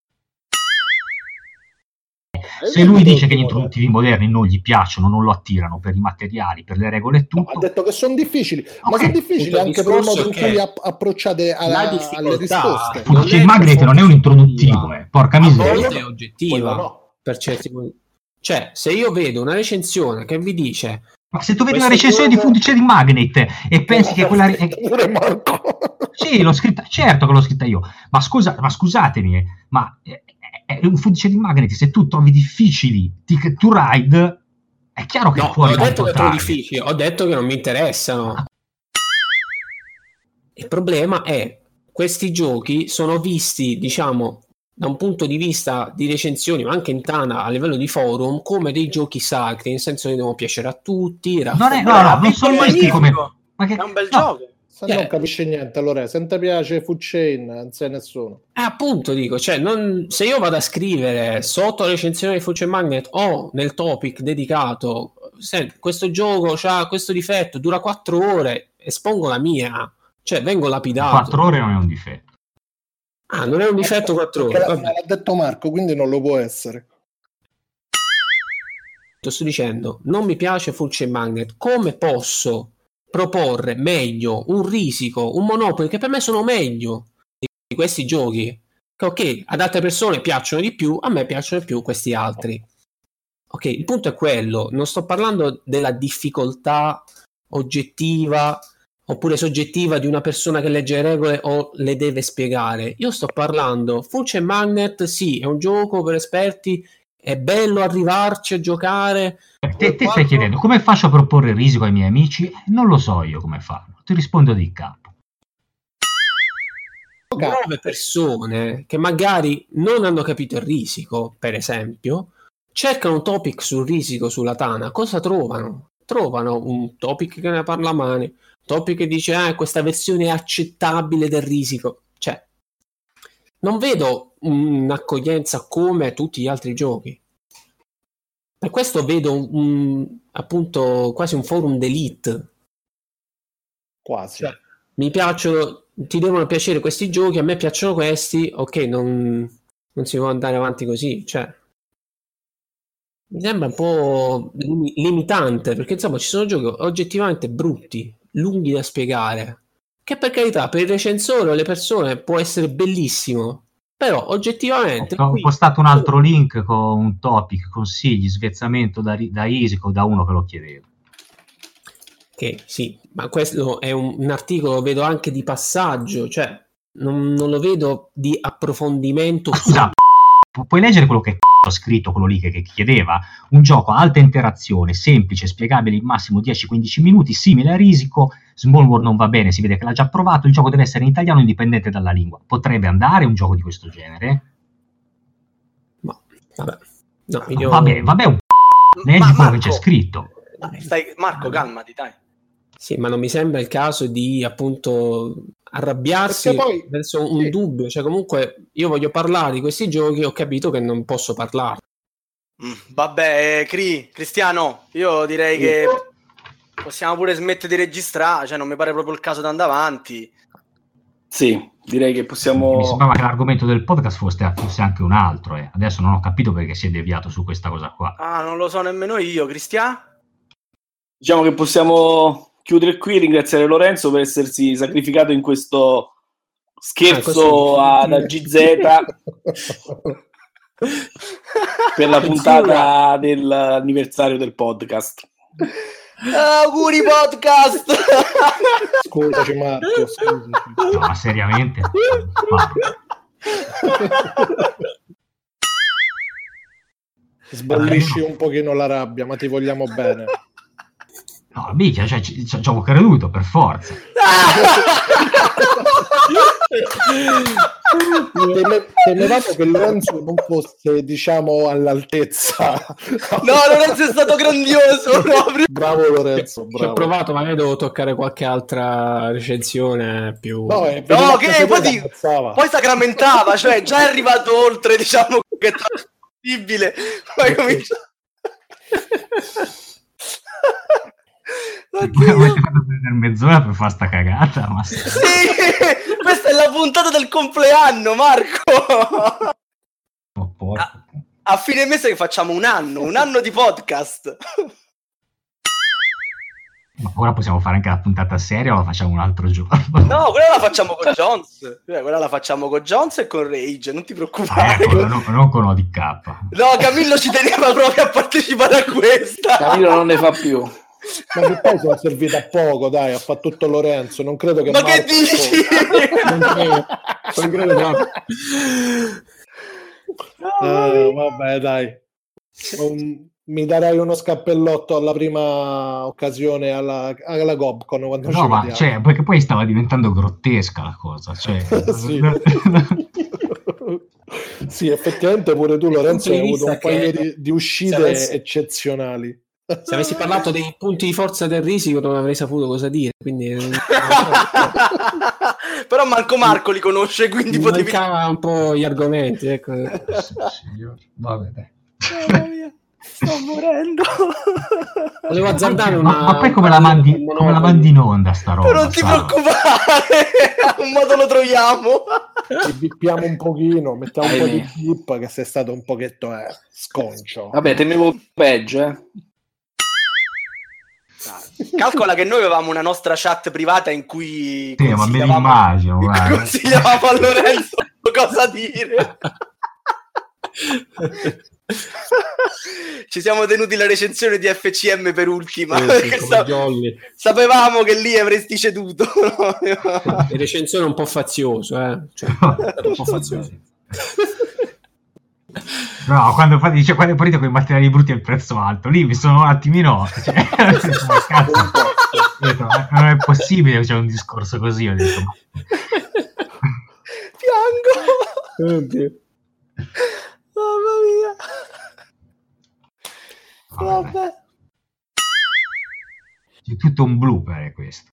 Se lui dice che gli introduttivi moderni non gli piacciono, non lo attirano per i materiali, per le regole e tutto... No, ha detto che sono difficili, okay. ma sono difficili anche per il modo in cui app- approcciate alla, alle risposte. Full Chain Magnet non è un introduttivo, eh. Porca miseria. È oggettiva, no. per certi... Cioè, se io vedo una recensione che vi dice... Ma se tu vedi una recensione gioco... di Full Chain Magnet e pensi no, che quella... Pure Marco. Sì, l'ho scritta, certo che l'ho scritta io, ma, scusa, ma scusatemi, ma... è un fudice di Magnet, se tu trovi difficili Ticket to Ride è chiaro che no, è fuori ho detto che trovo difficili, ho detto che non mi interessano. Ah. Il problema è questi giochi sono visti, diciamo, da un punto di vista di recensioni, ma anche in Tana a livello di forum, come dei giochi sacri, nel senso che devono piacere a tutti. Non è, no, no, non sono questi come... Ma che... È un bel no. gioco. Se yeah. non capisce niente, allora se non ti piace Full Chain non sei nessuno. Eh, appunto dico, cioè non, se io vado a scrivere sotto la recensione di Full Chain Magnet o nel topic dedicato senti, questo gioco ha questo difetto, dura quattro ore, espongo la mia, cioè vengo lapidato. quattro ore non è un difetto. Ah, non è un difetto quattro ore. L'ha, l'ha detto Marco, quindi non lo può essere. Sto dicendo, non mi piace Full Chain Magnet, come posso proporre meglio un Risico, un Monopoly, che per me sono meglio di questi giochi, che ok, ad altre persone piacciono di più, a me piacciono di più questi altri. Ok, il punto è quello, non sto parlando della difficoltà oggettiva oppure soggettiva di una persona che legge le regole o le deve spiegare. Io sto parlando, Full Chain Magnet sì, è un gioco per esperti, è bello arrivarci a giocare. Te, te stai chiedendo come faccio a proporre Risico ai miei amici? Non lo so io come farlo, ti rispondo di capo. Nuove persone che magari non hanno capito il Risico, per esempio, cercano un topic sul Risico, sulla Tana, cosa trovano? Trovano un topic che ne parla male, un topic che dice ah, questa versione è accettabile del Risico. Cioè, non vedo un'accoglienza come tutti gli altri giochi. Per questo vedo un, un, appunto quasi un forum d'elite. Quasi. Cioè, mi piacciono, ti devono piacere questi giochi, a me piacciono questi, ok, non, non si può andare avanti così, cioè mi sembra un po' lim- limitante, perché insomma ci sono giochi oggettivamente brutti, lunghi da spiegare, che per carità per il recensore o le persone può essere bellissimo, però oggettivamente Ho qui... postato un altro link con un topic, consigli, svezzamento da, da Isico, da uno che lo chiedeva. Che sì, ma questo è un, un articolo, vedo anche di passaggio, cioè non, non lo vedo di approfondimento. Ma scusa, pu- puoi leggere quello che ho scritto, quello lì che, che chiedeva? Un gioco a alta interazione, semplice, spiegabile in massimo dieci quindici minuti, simile a Risico. Small World non va bene, si vede che l'ha già provato, il gioco deve essere in italiano indipendente dalla lingua. Potrebbe andare un gioco di questo genere? Ma vabbè, no, io... Vabbè, vabbè, un leggi Ma quello Marco, che c'è scritto. Dai, stai, Marco, calmati, dai. Sì, ma non mi sembra il caso di appunto arrabbiarsi Perché poi- verso un sì. dubbio, cioè comunque io voglio parlare di questi giochi, ho capito che non posso parlare. Mm, vabbè, eh, Cri, Cristiano, io direi che possiamo pure smettere di registrare, cioè non mi pare proprio il caso di andare avanti. Sì, direi che Mi possiamo... sembrava che l'argomento del podcast fosse, fosse anche un altro, eh. Adesso non ho capito perché si è deviato su questa cosa qua. Ah, non lo so nemmeno io, Cristiano? Diciamo che possiamo chiudere qui, ringraziare Lorenzo per essersi sacrificato in questo scherzo Ah, ad A G Z per la puntata dell'anniversario del podcast. Auguri podcast! Scusaci Marco, scusaci. No, ma seriamente? Sbollisci un pochino la rabbia, ma ti vogliamo bene. No, mica, cioè, ci, ci avevo creduto, per forza. Teme- temevamo che Lorenzo non fosse, diciamo, all'altezza. No, Lorenzo è stato grandioso proprio. Bravo Lorenzo, Ci ho bravo. provato, magari devo toccare qualche altra recensione più... No, eh, No, vedeva che poi, ti- ammazzava. poi sacramentava, cioè già è arrivato oltre, diciamo che è possibile. Poi comincia... Poi avete fatto prendere mezz'ora per fare sta cagata, ma... Sì, questa è la puntata del compleanno, Marco. Oh, porco. A, a fine mese che facciamo un anno, un anno di podcast. Ma ora possiamo fare anche la puntata seria o la facciamo un altro giorno? No, quella la facciamo con Jones. Eh, Quella la facciamo con Jones e con Rage, non ti preoccupare. Ecco, no, non con O D K. No, Camillo ci teneva proprio a partecipare a questa. Camillo non ne fa più. Ma che poi sono servita a poco, dai, ha fatto tutto Lorenzo, non credo che Ma Marco... che dici? Non credo, non credo proprio. Eh, vabbè, dai. Um, mi darai uno scappellotto alla prima occasione alla, alla Gobcon quando No, ci ma vediamo. cioè, perché poi stava diventando grottesca la cosa. Cioè... Sì. Sì, effettivamente pure tu, Lorenzo, hai avuto un paio di, di uscite se avessi- eccezionali. Se avessi parlato dei punti di forza del Risico non avrei saputo cosa dire, quindi Però manco Marco li conosce, quindi mi potevi... mancava un po' gli argomenti, ecco. Signore. Vabbè, dai. Mamma mia, sto morendo. Volevo azzardare una... ma, ma poi come la mandi, un come la mandi in onda sta roba? Però non ti sa? preoccupare, un modo lo troviamo. Ti bippiamo un pochino, mettiamo un po' di Ahimè. bip che sei stato un pochetto eh, sconcio. Vabbè, temevo peggio, eh. Calcola che noi avevamo una nostra chat privata in cui Sì, ma me consigliavamo, l'immagino, guarda. consigliavamo a Lorenzo cosa dire. Ci siamo tenuti la recensione di F C M per ultima, Sì, sì, perché come sa- Jolly. sapevamo che lì avresti ceduto. No? Il recensione un po' fazioso, eh. Cioè, è stato un po' fazioso. No, quando fa, dice quando partite con i materiali brutti e il prezzo alto, lì mi sono un attimino. Cioè, cazzo, ho detto, ma non è possibile che c'è un discorso così. Ho detto, ma... Piango. Oddio. Mamma mia. vabbè, Vabbè. C'è tutto un blooper questo.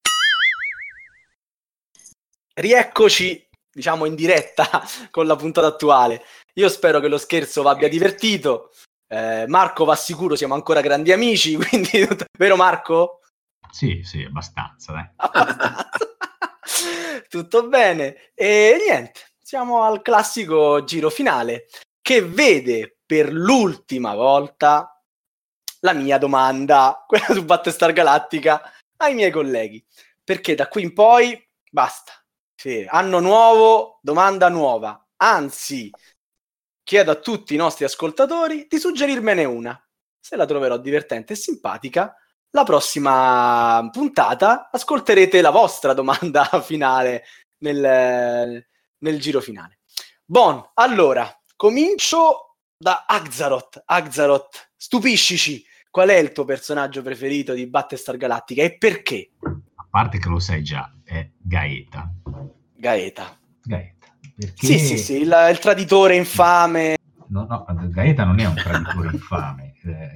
Rieccoci, diciamo, in diretta con la puntata attuale. Io spero che lo scherzo vi abbia divertito. Eh, Marco va sicuro, siamo ancora grandi amici, quindi vero Marco? Sì, sì, abbastanza, dai. Abbastanza. Tutto bene. E niente, siamo al classico giro finale che vede per l'ultima volta la mia domanda, quella su Battlestar Galactica, ai miei colleghi. Perché da qui in poi basta. Sì, anno nuovo, domanda nuova. Anzi, chiedo a tutti i nostri ascoltatori di suggerirmene una. Se la troverò divertente e simpatica, la prossima puntata ascolterete la vostra domanda finale nel, nel giro finale. Bon, allora, comincio da Axaroth. Axaroth, stupiscici, qual è il tuo personaggio preferito di Battlestar Galactica e perché? A parte che lo sai già, è Gaeta. Gaeta. Gaeta. Perché... Sì, sì, sì, il, il traditore infame. No, no, Gaeta non è un traditore infame.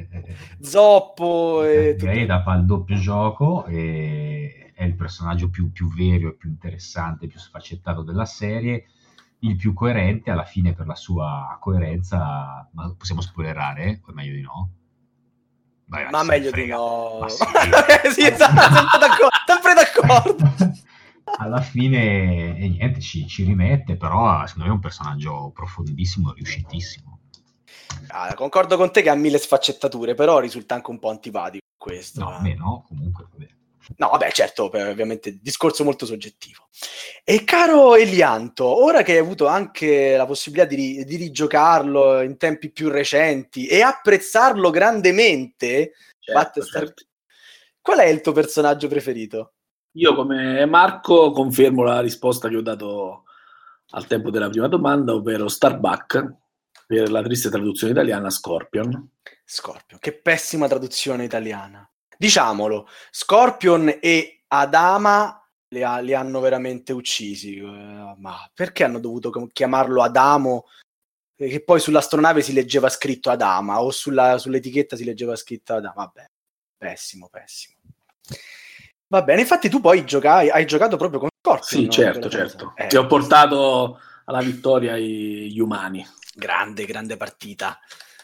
Zoppo. E Gaeta fa il doppio gioco e è il personaggio più, più vero e più interessante, più sfaccettato della serie, il più coerente alla fine per la sua coerenza. Ma possiamo spoilerare? O è meglio di no? Vai, ma meglio di no. Ma sì. Sì, esatto, sempre d'accordo. Sempre d'accordo. Alla fine e niente, ci, ci rimette, però secondo me è un personaggio profondissimo e riuscitissimo. Ah, concordo con te che ha mille sfaccettature, però risulta anche un po' antipatico questo. No, beh, no, comunque vabbè. No, vabbè, certo, ovviamente discorso molto soggettivo. E caro Elianto, ora che hai avuto anche la possibilità di, di rigiocarlo in tempi più recenti e apprezzarlo grandemente, certo, Battlestar... certo. qual è il tuo personaggio preferito? Io come Marco confermo la risposta che ho dato al tempo della prima domanda, ovvero Starbuck, per la triste traduzione italiana Scorpion. Scorpion, che pessima traduzione italiana. Diciamolo, Scorpion e Adama li, ha, li hanno veramente uccisi. Uh, ma perché hanno dovuto chiamarlo Adamo? Che poi sull'astronave si leggeva scritto Adama, o sulla, sull'etichetta si leggeva scritto Adama. Vabbè, pessimo, pessimo. Va bene, infatti tu poi giocai, hai giocato proprio con Scorpion. Sì, no? certo, certo. Eh, Che ho portato alla vittoria gli umani. Grande, grande partita.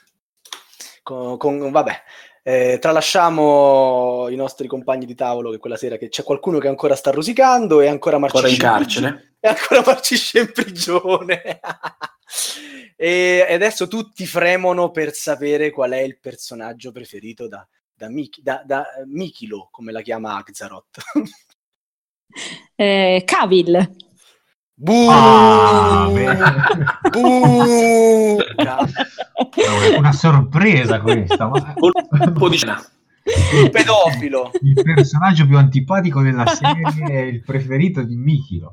Con, con, vabbè, eh, tralasciamo i nostri compagni di tavolo che quella sera che c'è qualcuno che ancora sta rosicando e ancora marcisce in carcere. E ancora marcisce in prigione. e, e adesso tutti fremono per sapere qual è il personaggio preferito da Da, Mik- da, da Mikilo, come la chiama Axaroth. eh, Cavill. Buh! Ah, Buh! Una sorpresa questa. Ma... Un po' di cena. Il pedofilo. Il personaggio più antipatico della serie è il preferito di Mikilo.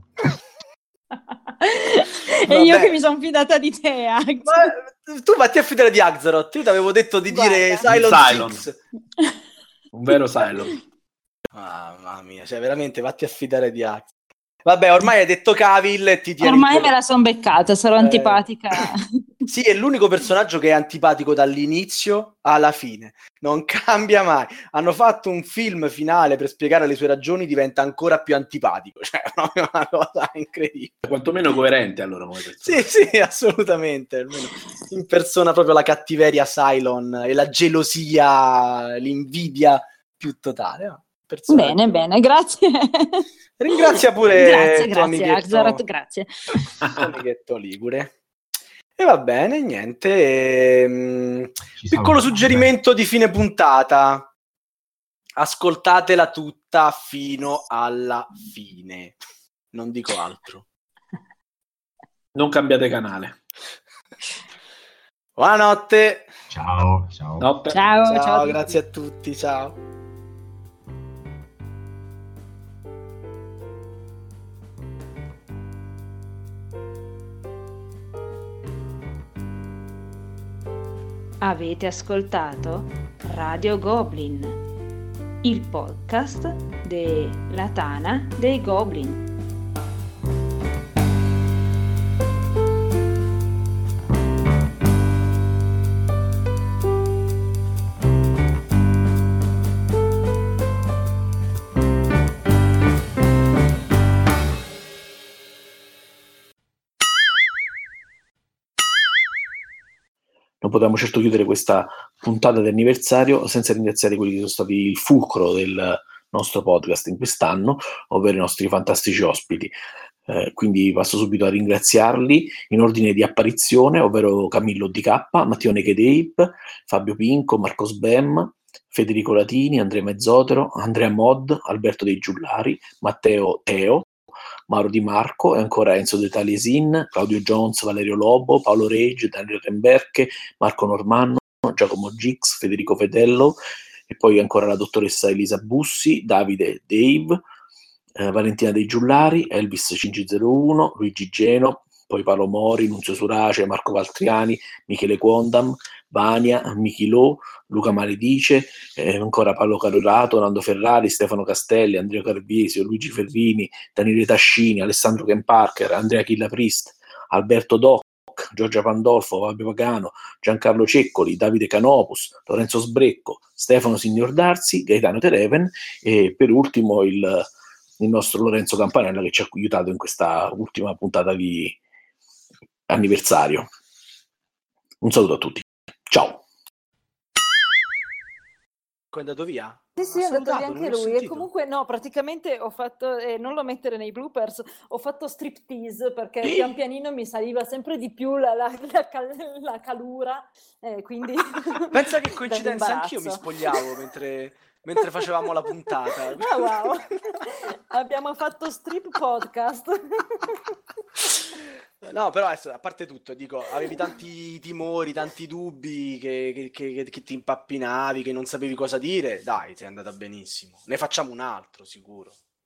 E io Vabbè. che mi sono fidata di te, Ax. Ma tu vatti a fidare di Axaroth. Io ti avevo detto di Guarda. dire Cylon, Cylon. Six. Un vero Cylon. Mamma mia, cioè veramente vatti a fidare di Axaroth. Vabbè, ormai hai detto Cavill e ti tieni. Ormai me la son beccata, sarò eh, antipatica. Sì, è l'unico personaggio che è antipatico dall'inizio alla fine. Non cambia mai. Hanno fatto un film finale per spiegare le sue ragioni, diventa ancora più antipatico. Cioè, è una cosa incredibile. Quantomeno coerente, allora. Come sì, sì, assolutamente. Almeno in persona proprio la cattiveria Cylon e la gelosia, l'invidia più totale. No? Bene, bene, grazie. Ringrazia pure grazie, tuo grazie, Axaroth, grazie. Amichetto Ligure. E va bene, niente. Ehm, piccolo suggerimento di fine puntata. Ascoltatela tutta fino alla fine. Non dico altro. Non cambiate canale. Buonanotte. Ciao, ciao. Ciao, ciao, ciao, ciao grazie a tutti, ciao. Avete ascoltato Radio Goblin, il podcast della Tana dei Goblin. non potevamo certo chiudere questa puntata di anniversario senza ringraziare quelli che sono stati il fulcro del nostro podcast in quest'anno, ovvero i nostri fantastici ospiti. Eh, quindi passo subito a ringraziarli in ordine di apparizione, ovvero Camillo D K, Matteo Nechedeip, Fabio Pinco, Marco Sbem, Federico Latini, Andrea Mezzotero, Andrea Mod, Alberto Dei Giullari, Matteo Teo, Mauro Di Marco e ancora Enzo De Taliesin, Claudio Jones, Valerio Lobo, Paolo Regge, Daniele Remberche, Marco Normanno, Giacomo Gix, Federico Fedello e poi ancora la dottoressa Elisa Bussi, Davide Dave, eh, Valentina Dei Giullari, Elvis cinque zero uno, Luigi Geno, poi Paolo Mori, Nunzio Surace, Marco Valtriani, Michele Quondam, Vania, Michi Lo, Luca Maledice, eh, ancora Paolo Calorato, Nando Ferrari, Stefano Castelli, Andrea Carviesio, Luigi Ferrini, Daniele Tascini, Alessandro Ken Parker, Andrea Chilla Priest, Alberto Doc, Giorgia Pandolfo, Fabio Pagano, Giancarlo Ceccoli, Davide Canopus, Lorenzo Sbrecco, Stefano Signor Darsi, Gaetano Tereven e per ultimo il, il nostro Lorenzo Campanella che ci ha aiutato in questa ultima puntata di anniversario. Un saluto a tutti. Ciao. È andato via? Sì, sì, è andato via salutato, non anche l'ho lui. E sentito. comunque, no, praticamente ho fatto, eh, non lo mettere nei bloopers, ho fatto striptease perché pian pianino mi saliva sempre di più la, la, la, cal- la calura, eh, quindi... Pensa che coincidenza, anch'io mi dall'imbarazzo. spogliavo mentre, mentre facevamo la puntata. Ah, wow! Abbiamo fatto strip podcast. No, però adesso, a parte tutto, dico, avevi tanti timori, tanti dubbi che, che- che- che ti impappinavi, che non sapevi cosa dire. Dai, sei andata benissimo. Ne facciamo un altro, sicuro.